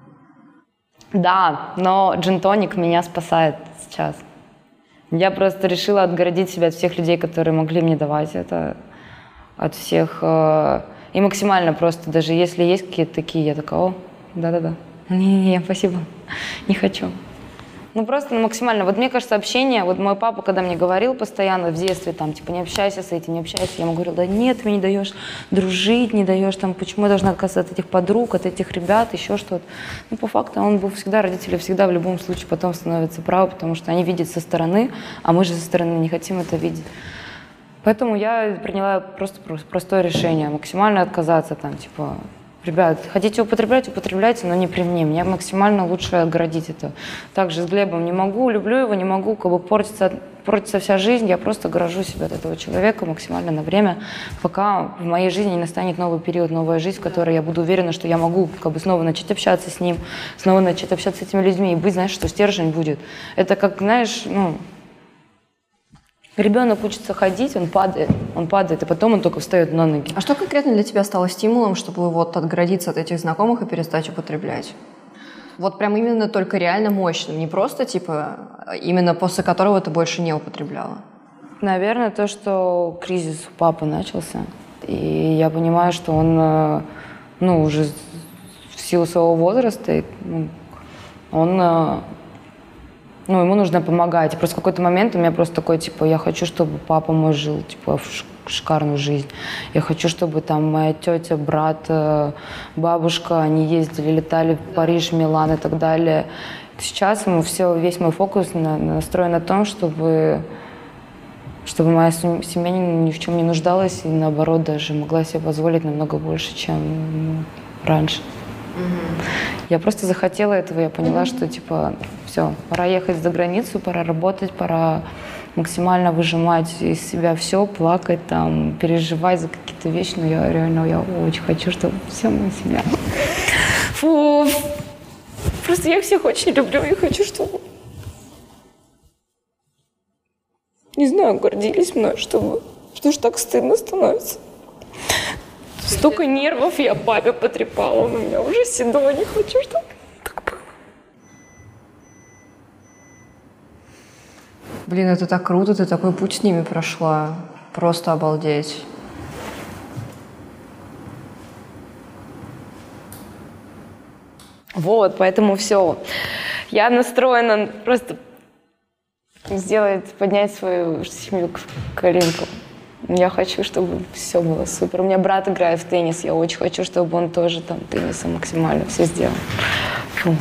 Да, но джин-тоник меня спасает сейчас. Я просто решила отгородить себя от всех людей, которые могли мне давать это, от всех. И максимально просто, даже если есть какие-то такие, я такая, да-да-да. Не, спасибо, не хочу. Просто максимально. Вот мне кажется, общение, вот мой папа, когда мне говорил постоянно в детстве, не общайся с этим, не общайся, я ему говорила, да нет, ты мне не даешь дружить, не даешь, почему я должна отказаться от этих подруг, от этих ребят, еще что-то. По факту он был всегда, родители всегда в любом случае потом становятся правы, потому что они видят со стороны, а мы же со стороны не хотим это видеть. Поэтому я приняла просто простое решение, максимально отказаться, Ребят, хотите употреблять, употребляйте, но не при мне. Мне максимально лучше оградить это. Также с Глебом не могу, люблю его, не могу, как бы портится вся жизнь. Я просто огражу себя от этого человека максимально на время, пока в моей жизни не настанет новый период, новая жизнь, в которой я буду уверена, что я могу как бы снова начать общаться с ним, снова начать общаться с этими людьми и быть, знаешь, что стержень будет. Это как, знаешь, ребенок учится ходить, он падает, и потом он только встает на ноги. А что конкретно для тебя стало стимулом, чтобы вот отгородиться от этих знакомых и перестать употреблять? Вот прям именно только реально мощным, не просто типа именно после которого ты больше не употребляла? Наверное, то, что кризис у папы начался, и я понимаю, что он, уже в силу своего возраста, ему нужно помогать. И просто в какой-то момент у меня просто такой, типа, я хочу, чтобы папа мой жил, типа, шикарную жизнь. Я хочу, чтобы там моя тетя, брат, бабушка, они ездили, летали в Париж, Милан и так далее. Сейчас весь мой фокус настроен на том, чтобы моя семья ни в чем не нуждалась и, наоборот, даже могла себе позволить намного больше, чем раньше. Я просто захотела этого, я поняла, что, типа, все, пора ехать за границу, пора работать, пора максимально выжимать из себя все, плакать, там, переживать за какие-то вещи, но я очень хочу, чтобы вся моя семья... Фу! Просто я всех очень люблю и хочу, чтобы... Не знаю, гордились мной, потому что так стыдно становится. Столько нервов я папе потрепала, он у меня уже седой, не хочу, чтобы так было. Блин, это так круто, ты такой путь с ними прошла. Просто обалдеть. Вот, поэтому все. Я настроена просто поднять свою семью к коленкам. Я хочу, чтобы все было супер. У меня брат играет в теннис, я очень хочу, чтобы он тоже там теннисом максимально все сделал. Фу.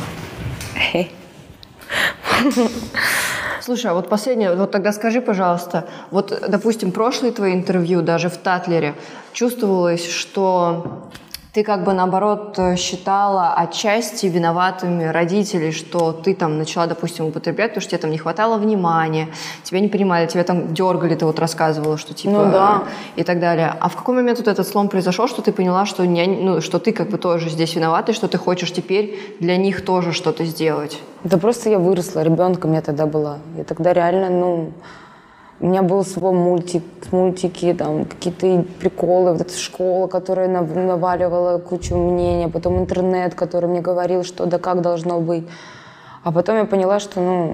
Слушай, а вот последнее, вот тогда скажи, пожалуйста, вот, допустим, прошлые твои интервью, даже в Татлере, чувствовалось, что ты как бы, наоборот, считала отчасти виноватыми родителей, что ты там начала, допустим, употреблять, потому что тебе там не хватало внимания, тебя не понимали, тебя там дергали, ты вот рассказывала, что типа... И так далее. А в какой момент вот этот слом произошел, что ты поняла, что, что ты как бы тоже здесь виновата, и что ты хочешь теперь для них тоже что-то сделать? Да просто я выросла, ребенком я тогда была. Я тогда реально, у меня был свой мультики, там, какие-то приколы, вот эта школа, которая наваливала кучу мнений, потом интернет, который мне говорил, что да как должно быть. А потом я поняла, что,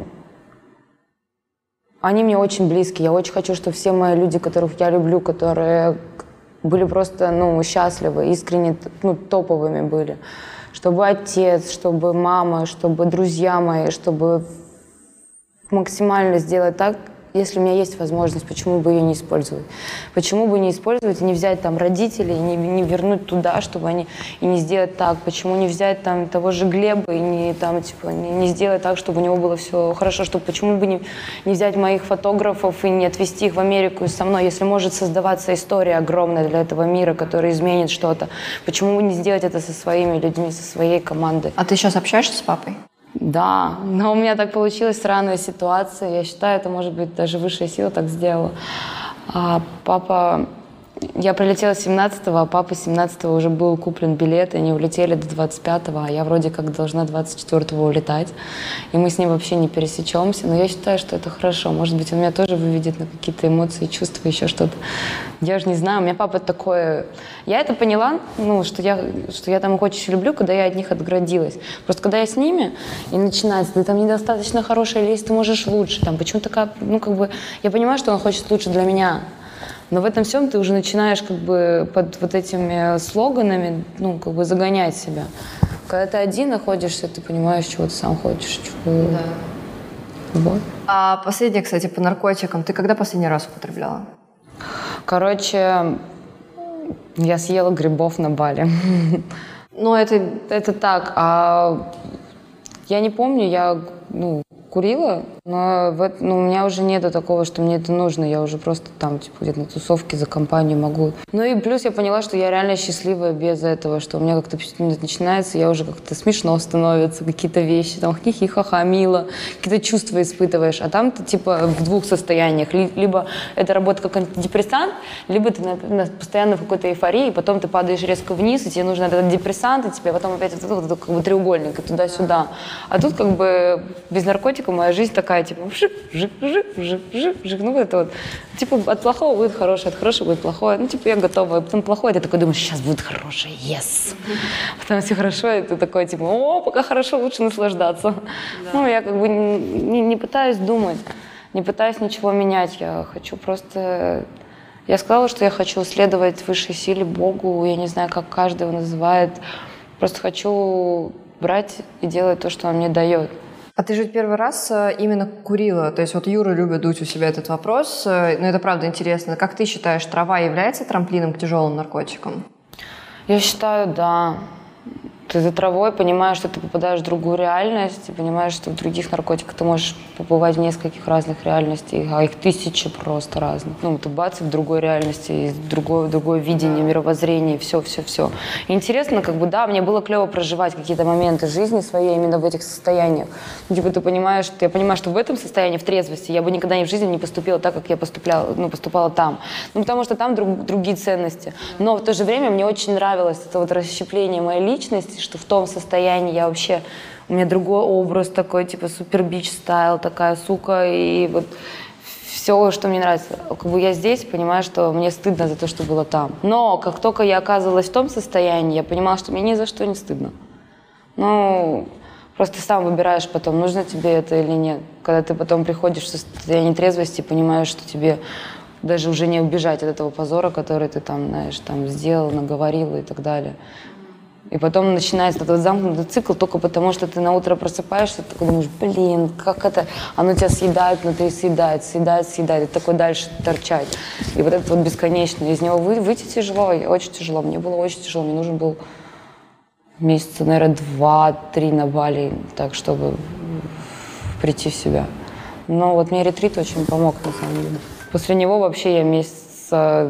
они мне очень близки. Я очень хочу, чтобы все мои люди, которых я люблю, которые были просто, счастливы, искренне, топовыми были. Чтобы отец, чтобы мама, чтобы друзья мои, чтобы максимально сделать так, если у меня есть возможность, почему бы ее не использовать? Почему бы не использовать и не взять там родителей, и не вернуть туда, чтобы они и не сделать так? Почему не взять там того же Глеба и не сделать так, чтобы у него было все хорошо? Почему бы не взять моих фотографов и не отвезти их в Америку и со мной? Если может создаваться история огромная для этого мира, которая изменит что-то, почему бы не сделать это со своими людьми, со своей командой? А ты сейчас общаешься с папой? Да, но у меня так получилась странная ситуация. Я считаю, это, может быть, даже высшая сила так сделала. Я прилетела 17-го, а папа 17-го уже был куплен билет, и они улетели до 25-го, а я вроде как должна 24-го улетать. И мы с ним вообще не пересечемся, но я считаю, что это хорошо. Может быть, он меня тоже выведет на какие-то эмоции, чувства, еще что-то. Я же не знаю, у меня папа такой... Я это поняла, что я там их очень люблю, когда я от них отгородилась. Просто когда я с ними, и начинается, ты там недостаточно хорошая, или если ты можешь лучше, там, почему такая, я понимаю, что он хочет лучше для меня. Но в этом всем ты уже начинаешь как бы под вот этими слоганами, загонять себя. Когда ты один находишься, ты понимаешь, чего ты сам хочешь. Да. Вот. А последнее, кстати, по наркотикам. Ты когда последний раз употребляла? Короче, я съела грибов на Бали. Это так. А я не помню, я курила, но у меня уже нету такого, что мне это нужно. Я уже просто там, типа, где-то на тусовке за компанию могу. Ну и плюс я поняла, что я реально счастливая без этого, что у меня как-то начинается, я уже как-то смешно становится, какие-то вещи, там, хихи-ха-ха, мило, какие-то чувства испытываешь. А там ты, типа, в двух состояниях. Либо это работа как антидепрессант, либо ты постоянно в какой-то эйфории, и потом ты падаешь резко вниз, и тебе нужен этот депрессант, и тебе потом опять вот как бы треугольник, и туда-сюда. А тут как бы без наркотиков моя жизнь такая, типа, жик, жик, жик, жик, жик, жик. Ну, это вот, типа, от плохого будет хорошее, от хорошего будет плохое. Ну, типа, я готова. А потом плохое, ты такой думаешь, сейчас будет хорошее, yes. Потом все хорошо, и ты такой, типа, о, пока хорошо, лучше наслаждаться. Да. Ну, я как бы не пытаюсь думать, не пытаюсь ничего менять. Я хочу просто... Я сказала, что я хочу следовать высшей силе, Богу, я не знаю, как каждый его называет. Просто хочу брать и делать то, что он мне дает. А ты же первый раз именно курила, то есть вот Юра любит дуть у себя этот вопрос, но это правда интересно. Как ты считаешь, трава является трамплином к тяжелым наркотикам? Я считаю, да. Ты за травой понимаешь, что ты попадаешь в другую реальность, и понимаешь, что в других наркотиках ты можешь побывать в нескольких разных реальностях, а их тысячи просто разных. Ну, ты бац, в другой реальности, другое видение, мировоззрение, все. И интересно, как бы, да, мне было клево проживать какие-то моменты жизни своей именно в этих состояниях. Ну, типа, ты понимаешь, я понимаю, что в этом состоянии, в трезвости, я бы никогда в жизни не поступила так, как я поступала там. Ну, потому что там другие ценности. Но в то же время мне очень нравилось это вот расщепление моей личности, что в том состоянии я вообще... У меня другой образ такой, типа супер бич-стайл, такая сука, и вот все, что мне нравится. Как бы я здесь понимаю, что мне стыдно за то, что было там. Но как только я оказывалась в том состоянии, я понимала, что мне ни за что не стыдно. Ну, просто сам выбираешь потом, нужно тебе это или нет. Когда ты потом приходишь в состояние трезвости, понимаешь, что тебе даже уже не убежать от этого позора, который ты там, знаешь, там сделал, наговорил и так далее. И потом начинается этот замкнутый цикл только потому, что ты на утро просыпаешься, ты такой думаешь, блин, как это, оно тебя съедает внутри, съедает, и такой дальше торчать. И вот это вот бесконечно. Из него выйти тяжело, очень тяжело. Мне было очень тяжело, мне нужен был месяца, наверное, 2-3 на Бали, так, чтобы прийти в себя. Но вот мне ретрит очень помог, на самом деле. После него вообще я месяца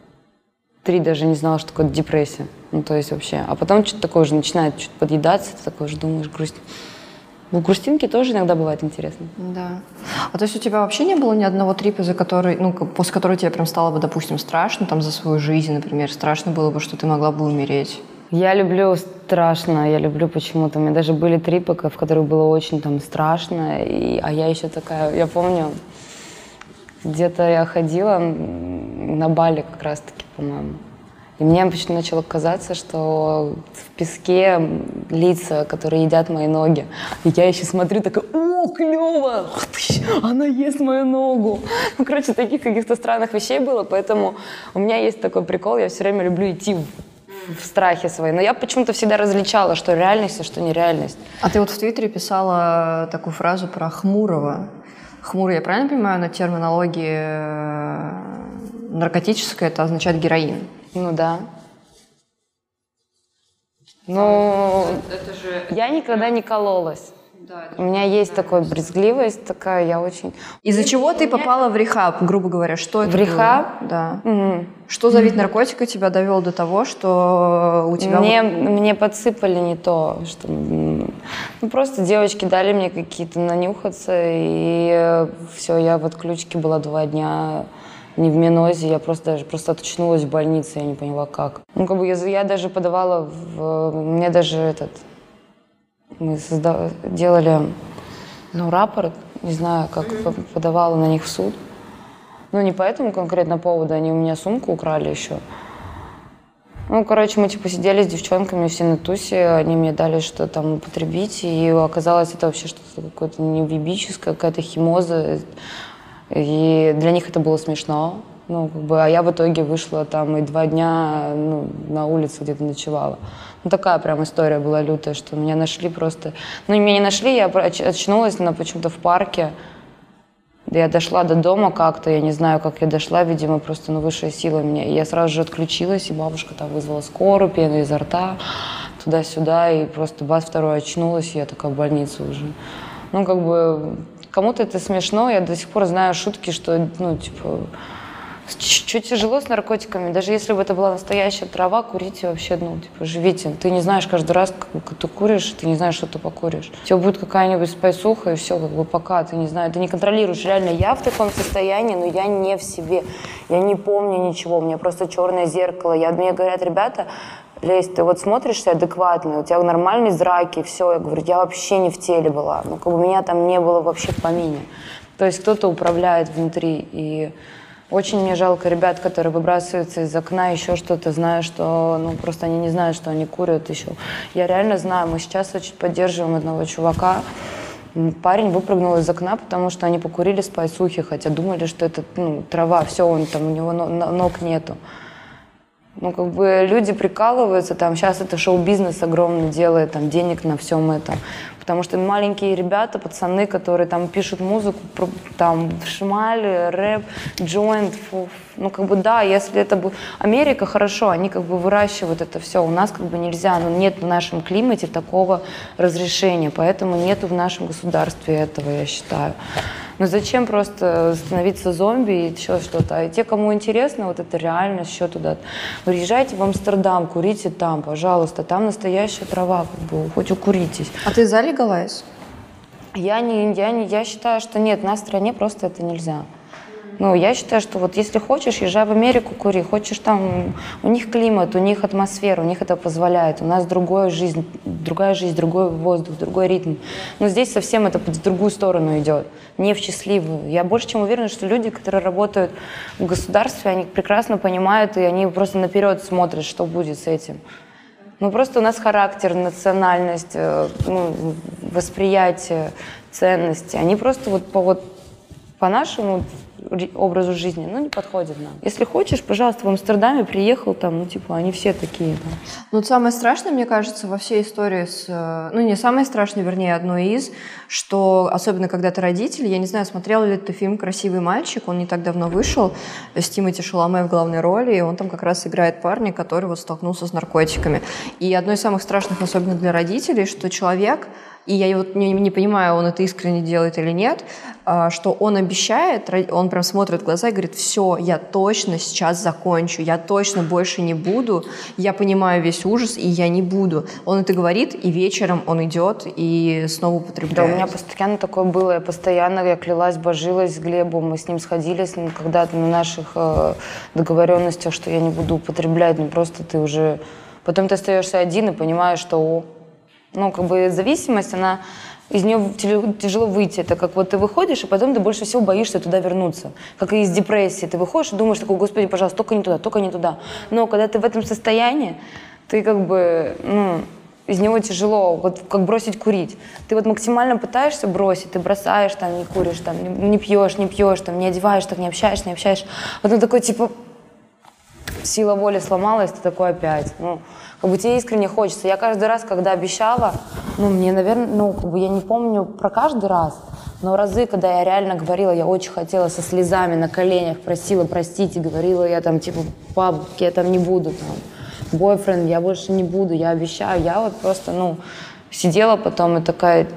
3 даже не знала, что такое депрессия. Ну, то есть вообще. А потом что-то такое уже начинает чуть подъедаться, ты такой уже думаешь, грусть. В грустинке тоже иногда бывает интересно. Да. А то есть у тебя вообще не было ни одного трипа, после которого тебе прям стало бы, допустим, страшно, там, за свою жизнь, например, страшно было бы, что ты могла бы умереть? Я люблю страшно, я люблю почему-то. У меня даже были трипы, в которых было очень там страшно, а я еще такая, я помню, где-то я ходила на Бали как раз-таки, по-моему. И мне почему-то начало казаться, что в песке лица, которые едят мои ноги. И я еще смотрю, такая, о, клево! Она ест мою ногу. Ну, короче, таких каких-то странных вещей было, поэтому у меня есть такой прикол, я все время люблю идти в страхе своей. Но я почему-то всегда различала, что реальность, а что нереальность. А ты вот в Твиттере писала такую фразу про Хмурого. Хмурый, я правильно понимаю, на терминологии наркотической это означает героин? Ну да. Ну, я никогда не кололась. Да, у меня есть такая брезгливость, такая, я очень... Из-за чего ты попала в рехаб, грубо говоря? Что это в рехаб? Да. Угу. Что за вид наркотика тебя довел до того, что у тебя... Мне подсыпали не то, что... Ну, просто девочки дали мне какие-то нанюхаться, и все, я в отключке была 2 дня... Не в Минозе, я просто очнулась в больнице, я не поняла как. Ну, как бы я даже подавала мне даже мы делали, рапорт, не знаю, как подавала на них в суд. Ну, не по этому конкретно поводу, они у меня сумку украли еще. Ну, короче, мы сидели с девчонками все на тусе, они мне дали что-то там употребить, и оказалось, это вообще что-то какое-то невъебическое, какая-то химоза. И для них это было смешно. Ну, а я в итоге вышла там и 2 дня на улице где-то ночевала. Ну, такая прям история была лютая, что меня нашли просто... Ну, меня не нашли, я очнулась почему-то в парке. Я дошла до дома как-то, я не знаю, как я дошла, видимо, просто высшая сила меня. И я сразу же отключилась, и бабушка там вызвала скорую, пену изо рта, туда-сюда, и просто бац, второй очнулась, и я такая в больнице уже. Ну, Кому-то это смешно, я до сих пор знаю шутки, что, ну, типа, чуть тяжело с наркотиками. Даже если бы это была настоящая трава, курите вообще, ну, типа, живите. Ты не знаешь каждый раз, как ты куришь, ты не знаешь, что ты покуришь. У тебя будет какая-нибудь спайсуха, и все, как бы, пока, ты не знаешь, ты не контролируешь. Реально, я в таком состоянии, но я не в себе. Я не помню ничего, у меня просто черное зеркало. Мне говорят, ребята, Лесь, ты вот смотришься адекватно, у тебя нормальные зраки, все. Я говорю, я вообще не в теле была. Ну, как бы меня там не было вообще в помине. То есть кто-то управляет внутри, и очень мне жалко ребят, которые выбрасываются из окна, еще что-то, зная, что, ну, просто они не знают, что они курят еще. Я реально знаю, мы сейчас очень поддерживаем одного чувака. Парень выпрыгнул из окна, потому что они покурили спайсухи, хотя думали, что это, ну, трава, все, он там, у него ног нету. Ну, как бы люди прикалываются, там, сейчас это шоу-бизнес огромный делает, там, денег на всем этом. Потому что маленькие ребята, пацаны, которые там пишут музыку, там, шмаль, рэп, джойнт, ну, как бы, да, если это бы Америка, хорошо, они как бы выращивают это все, у нас как бы нельзя, но нет в нашем климате такого разрешения, поэтому нету в нашем государстве этого, я считаю. Но зачем просто становиться зомби и еще что-то? А те, кому интересно, вот это реальность, еще туда. Приезжайте в Амстердам, курите там, пожалуйста. Там настоящая трава, как бы, хоть укуритесь. А ты за легалайз? Я считаю, что нет, на стране просто это нельзя. Ну, я считаю, что вот если хочешь, езжай в Америку, кури. Хочешь там, у них климат, у них атмосфера, у них это позволяет. У нас другая жизнь, другой воздух, другой ритм. Но здесь совсем это в другую сторону идет, не в счастливую. Я больше чем уверена, что люди, которые работают в государстве, они прекрасно понимают, и они просто наперед смотрят, что будет с этим. Ну, просто у нас характер, национальность, ну, восприятие, ценности, они просто вот по нашему образу жизни, ну, не подходит нам. Если хочешь, пожалуйста, в Амстердаме приехал, там, ну, типа, они все такие, да. Ну, самое страшное, мне кажется, во всей истории ну, не самое страшное, вернее, одно из, что, особенно когда ты родитель, я не знаю, смотрел ли ты фильм «Красивый мальчик», он не так давно вышел, с Тимоти Шаломе в главной роли, и он там как раз играет парня, который вот столкнулся с наркотиками. И одно из самых страшных, особенно для родителей, что человек, и я вот не понимаю, он это искренне делает или нет, что он обещает, он прям смотрит в глаза и говорит: все, я точно сейчас закончу, я точно больше не буду, я понимаю весь ужас, и я не буду. Он это говорит, и вечером он идет и снова употребляет. Да, у меня постоянно такое было, я клялась, божилась с Глебом, мы с ним сходились когда-то на наших договоренностях, что я не буду употреблять, ну просто ты уже... Потом ты остаешься один и понимаешь, что... Ну, как бы зависимость, она, из нее тяжело выйти. Это как вот ты выходишь, и потом ты больше всего боишься туда вернуться. Как и из депрессии. Ты выходишь и думаешь, такой: Господи, пожалуйста, только не туда, только не туда. Но когда ты в этом состоянии, ты как бы, ну, из него тяжело, вот как бросить курить. Ты вот максимально пытаешься бросить, ты бросаешь, там, не куришь, там, не пьешь, там, не одеваешь, так, не общаешь. Потом такой, типа, сила воли сломалась, ты такой опять. Ну, как бы тебе искренне хочется. Я каждый раз, когда обещала, ну, мне, наверное, ну, как бы я не помню про каждый раз, но разы, когда я реально говорила, я очень хотела, со слезами на коленях просила простить, и говорила я там, типа, пап, я там не буду, там, бойфренд, я больше не буду, я обещаю. Я вот просто, ну, сидела потом и такая,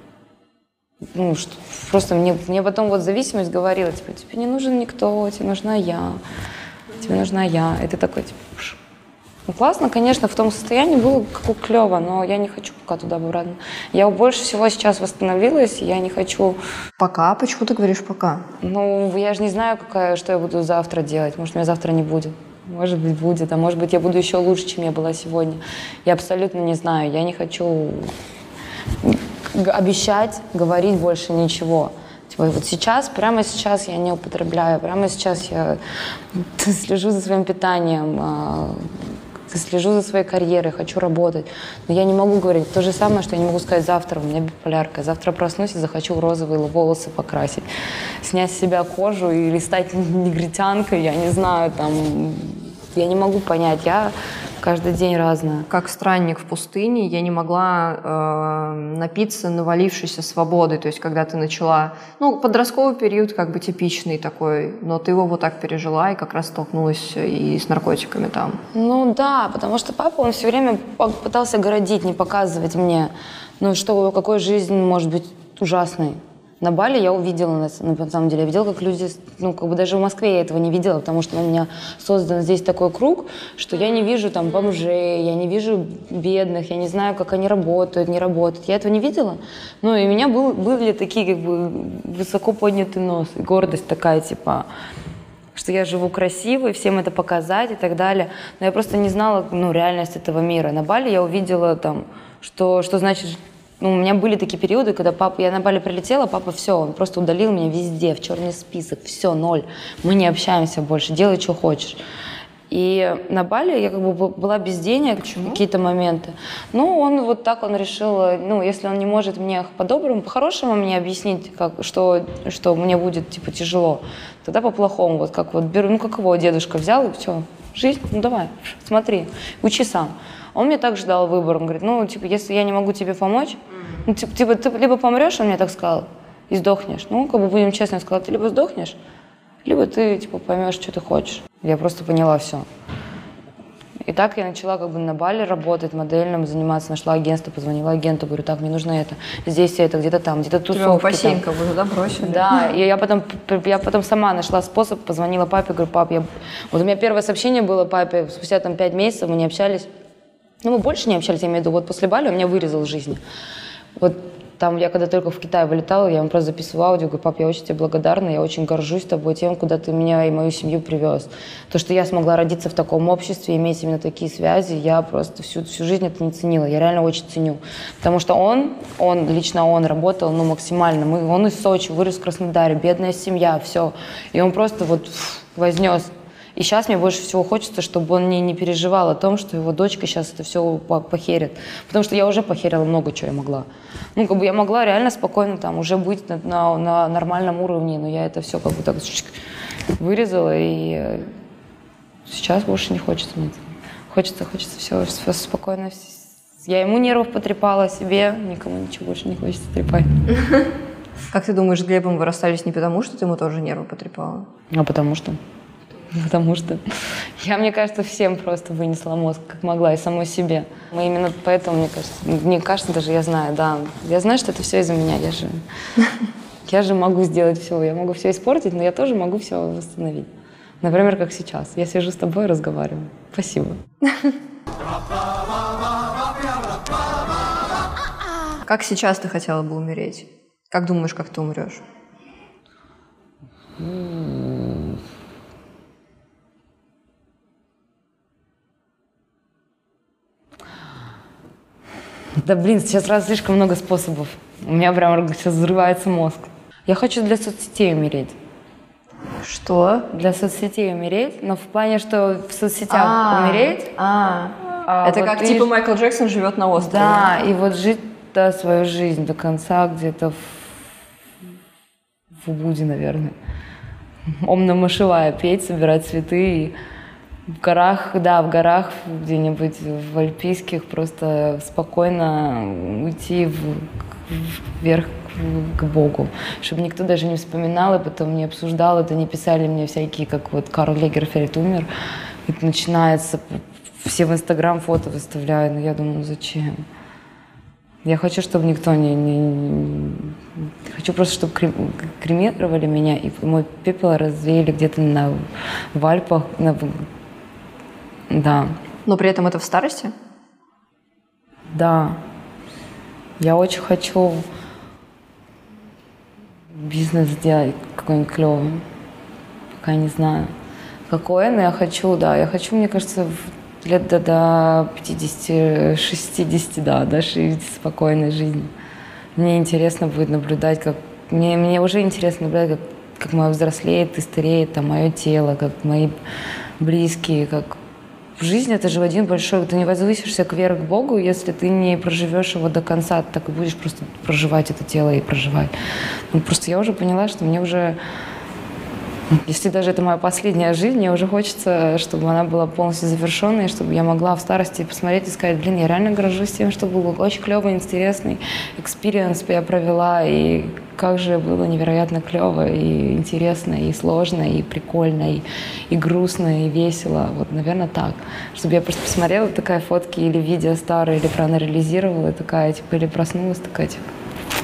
ну, что, просто мне потом вот зависимость говорила, типа, тебе не нужен никто, тебе нужна я. Тебе нужна я. И ты такой, типа, ну, классно, конечно, в том состоянии было как клево, но я не хочу пока туда обратно. Я больше всего сейчас восстановилась, и я не хочу... Пока? Почему ты говоришь пока? Ну, я же не знаю, что я буду завтра делать. Может, меня завтра не будет. Может быть, будет. А может быть, я буду еще лучше, чем я была сегодня. Я абсолютно не знаю. Я не хочу обещать, говорить больше ничего. Вот сейчас, прямо сейчас я не употребляю, прямо сейчас я слежу за своим питанием, слежу за своей карьерой, хочу работать. Но я не могу говорить то же самое, что я не могу сказать завтра, у меня биполярка. Завтра проснусь и захочу розовые волосы покрасить, снять с себя кожу или стать негритянкой, я не знаю, там, я не могу понять, я каждый день разная. Как странник в пустыне, я не могла напиться навалившейся свободой. То есть, когда ты начала... Ну, подростковый период как бы типичный такой, но ты его вот так пережила и как раз столкнулась и с наркотиками там. Ну да, потому что папа, он все время пытался городить, не показывать мне, ну что, какой жизнь может быть ужасной. На Бали я увидела, на самом деле, я видела, как люди, ну, как бы даже в Москве я этого не видела, потому что у меня создан здесь такой круг, что я не вижу там бомжей, я не вижу бедных, я не знаю, как они работают, не работают. Я этого не видела. Ну, и у меня были такие, как бы, высоко поднятый нос, и гордость такая, типа, что я живу красиво, и всем это показать и так далее. Но я просто не знала, ну, реальность этого мира. На Бали я увидела там, что значит... Ну, у меня были такие периоды, когда я на Бали прилетела, папа все, он просто удалил меня везде, в черный список, все, 0. Мы не общаемся больше, делай, что хочешь. И на Бали я как бы была без денег в какие-то моменты. Ну, он вот так, он решил, ну, если он не может мне по-доброму, по-хорошему мне объяснить, что мне будет, типа, тяжело, тогда по-плохому, вот как вот беру, ну, как его дедушка взял, и все, жизнь, ну, давай, смотри, учи сам. Он мне также дал выбор, он говорит, ну, типа, если я не могу тебе помочь, ну, типа, ты либо помрешь, он мне так сказал, и сдохнешь. Ну, как бы будем честно сказать, ты либо сдохнешь, либо ты, типа, поймешь, что ты хочешь. Я просто поняла все. И так я начала как бы на Бали работать, модельным заниматься, нашла агентство, позвонила агенту, говорю, так, мне нужно это, здесь это, где-то там, где-то тусовки. Тебя в бассейн как бы туда бросили. Да, и я потом сама нашла способ, позвонила папе, говорю, пап, вот у меня первое сообщение было папе, спустя там 5 месяцев мы не общались. Ну, мы больше не общались, я имею в виду, вот после Бали у меня вырезал жизнь. Вот там я когда только в Китай вылетала, я ему просто записывала аудио, говорю, пап, я очень тебе благодарна, я очень горжусь тобой, тем, куда ты меня и мою семью привез. То, что я смогла родиться в таком обществе, иметь именно такие связи, я просто всю жизнь это не ценила, я реально очень ценю. Потому что лично он работал, ну, максимально. Он из Сочи, вырос в Краснодаре, бедная семья, все. И он просто вот вознес. И сейчас мне больше всего хочется, чтобы он не переживал о том, что его дочка сейчас это все похерит. Потому что я уже похерила много чего я могла. Ну, как бы я могла реально спокойно там уже быть на нормальном уровне, но я это все как бы так вырезала, и сейчас больше не хочется мне. Хочется все спокойно. Я ему нервов потрепала, себе никому ничего больше не хочется трепать. Как ты думаешь, с Глебом вы расстались не потому, что ты ему тоже нервы потрепала? А потому что я, мне кажется, всем просто вынесла мозг, как могла, и самой себе. Мы именно поэтому, мне кажется, даже я знаю, да. Я знаю, что это все из-за меня. Я же могу сделать все. Я могу все испортить, но я тоже могу все восстановить. Например, как сейчас. Я сижу с тобой и разговариваю. Спасибо. Как сейчас ты хотела бы умереть? Как думаешь, как ты умрешь? Да блин, сейчас сразу слишком много способов. У меня прям сейчас взрывается мозг. Я хочу для соцсетей умереть. Что? Для соцсетей умереть, но в плане, что в соцсетях умереть. Это вот как типа Майкл Джексон живет на острове. Да, и вот жить свою жизнь до конца где-то в Убуде, наверное. Ом Намah Шивая петь, собирать цветы и в горах, где-нибудь в альпийских, просто спокойно уйти вверх к Богу, чтобы никто даже не вспоминал и потом не обсуждал это, не писали мне всякие, как вот Карл Лагерфельд умер, это начинается, все в Инстаграм фото выставляют, но я думаю, зачем? Я хочу, чтобы никто Хочу просто, чтобы кремировали меня и мой пепел развеяли где-то в Альпах, да. Но при этом это в старости? Да. Я очень хочу бизнес сделать какой-нибудь клевый. Пока не знаю, какой, но я хочу, мне кажется, лет до 50-60, да, дожить спокойной жизнью. Мне интересно будет наблюдать, мне уже интересно наблюдать, как мое взрослеет и стареет там мое тело, как мои близкие, как жизнь — это же один большой, ты не возвысишься вверх к Богу, если ты не проживешь его до конца, ты так и будешь просто проживать это тело и проживать. Ну, просто я уже поняла, что мне уже, если даже это моя последняя жизнь, мне уже хочется, чтобы она была полностью завершенной, чтобы я могла в старости посмотреть и сказать, блин, я реально горжусь тем, что был очень клевый, интересный экспириенс я провела, и как же было невероятно клево, и интересно, и сложно, и прикольно, и грустно, и весело. Вот, наверное, так. Чтобы я просто посмотрела такая фотки или видео старые, или проанализировала, такая, типа, или проснулась, такая, типа,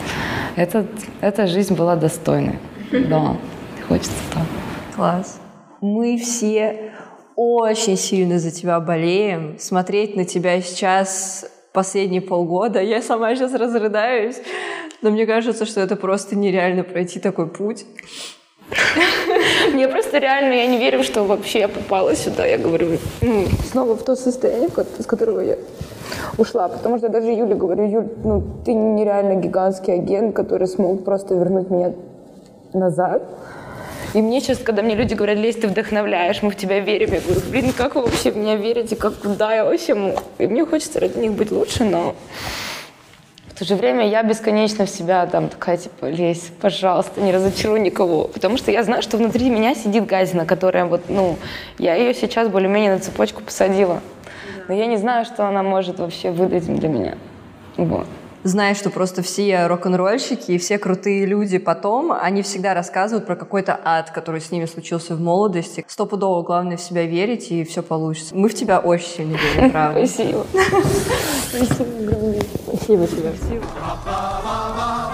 эта жизнь была достойной. Да, хочется так. Класс. Мы все очень сильно за тебя болеем. Смотреть на тебя сейчас последние полгода, я сама сейчас разрыдаюсь, но мне кажется, что это просто нереально пройти такой путь. Мне просто реально, я не верю, что вообще я попала сюда. Я говорю, снова в то состояние, из которого я ушла. Потому что я даже Юле говорю, Юль, ты нереально гигантский агент, который смог просто вернуть меня назад. И мне сейчас, когда мне люди говорят, Лесь, ты вдохновляешь, мы в тебя верим, я говорю, блин, как вы вообще в меня верите, куда я вообще... И мне хочется ради них быть лучше, но... В то же время я бесконечно в себя там такая, типа, Лесь, пожалуйста, не разочаруй никого. Потому что я знаю, что внутри меня сидит гадина, которая вот, я ее сейчас более-менее на цепочку посадила. Но я не знаю, что она может вообще выдать для меня. Вот. Знаешь, что просто все рок-н-ролльщики и все крутые люди потом, они всегда рассказывают про какой-то ад, который с ними случился в молодости. Стопудово главное в себя верить, и все получится. Мы в тебя очень сильно верим, правда. Спасибо. Спасибо огромное. Спасибо тебе.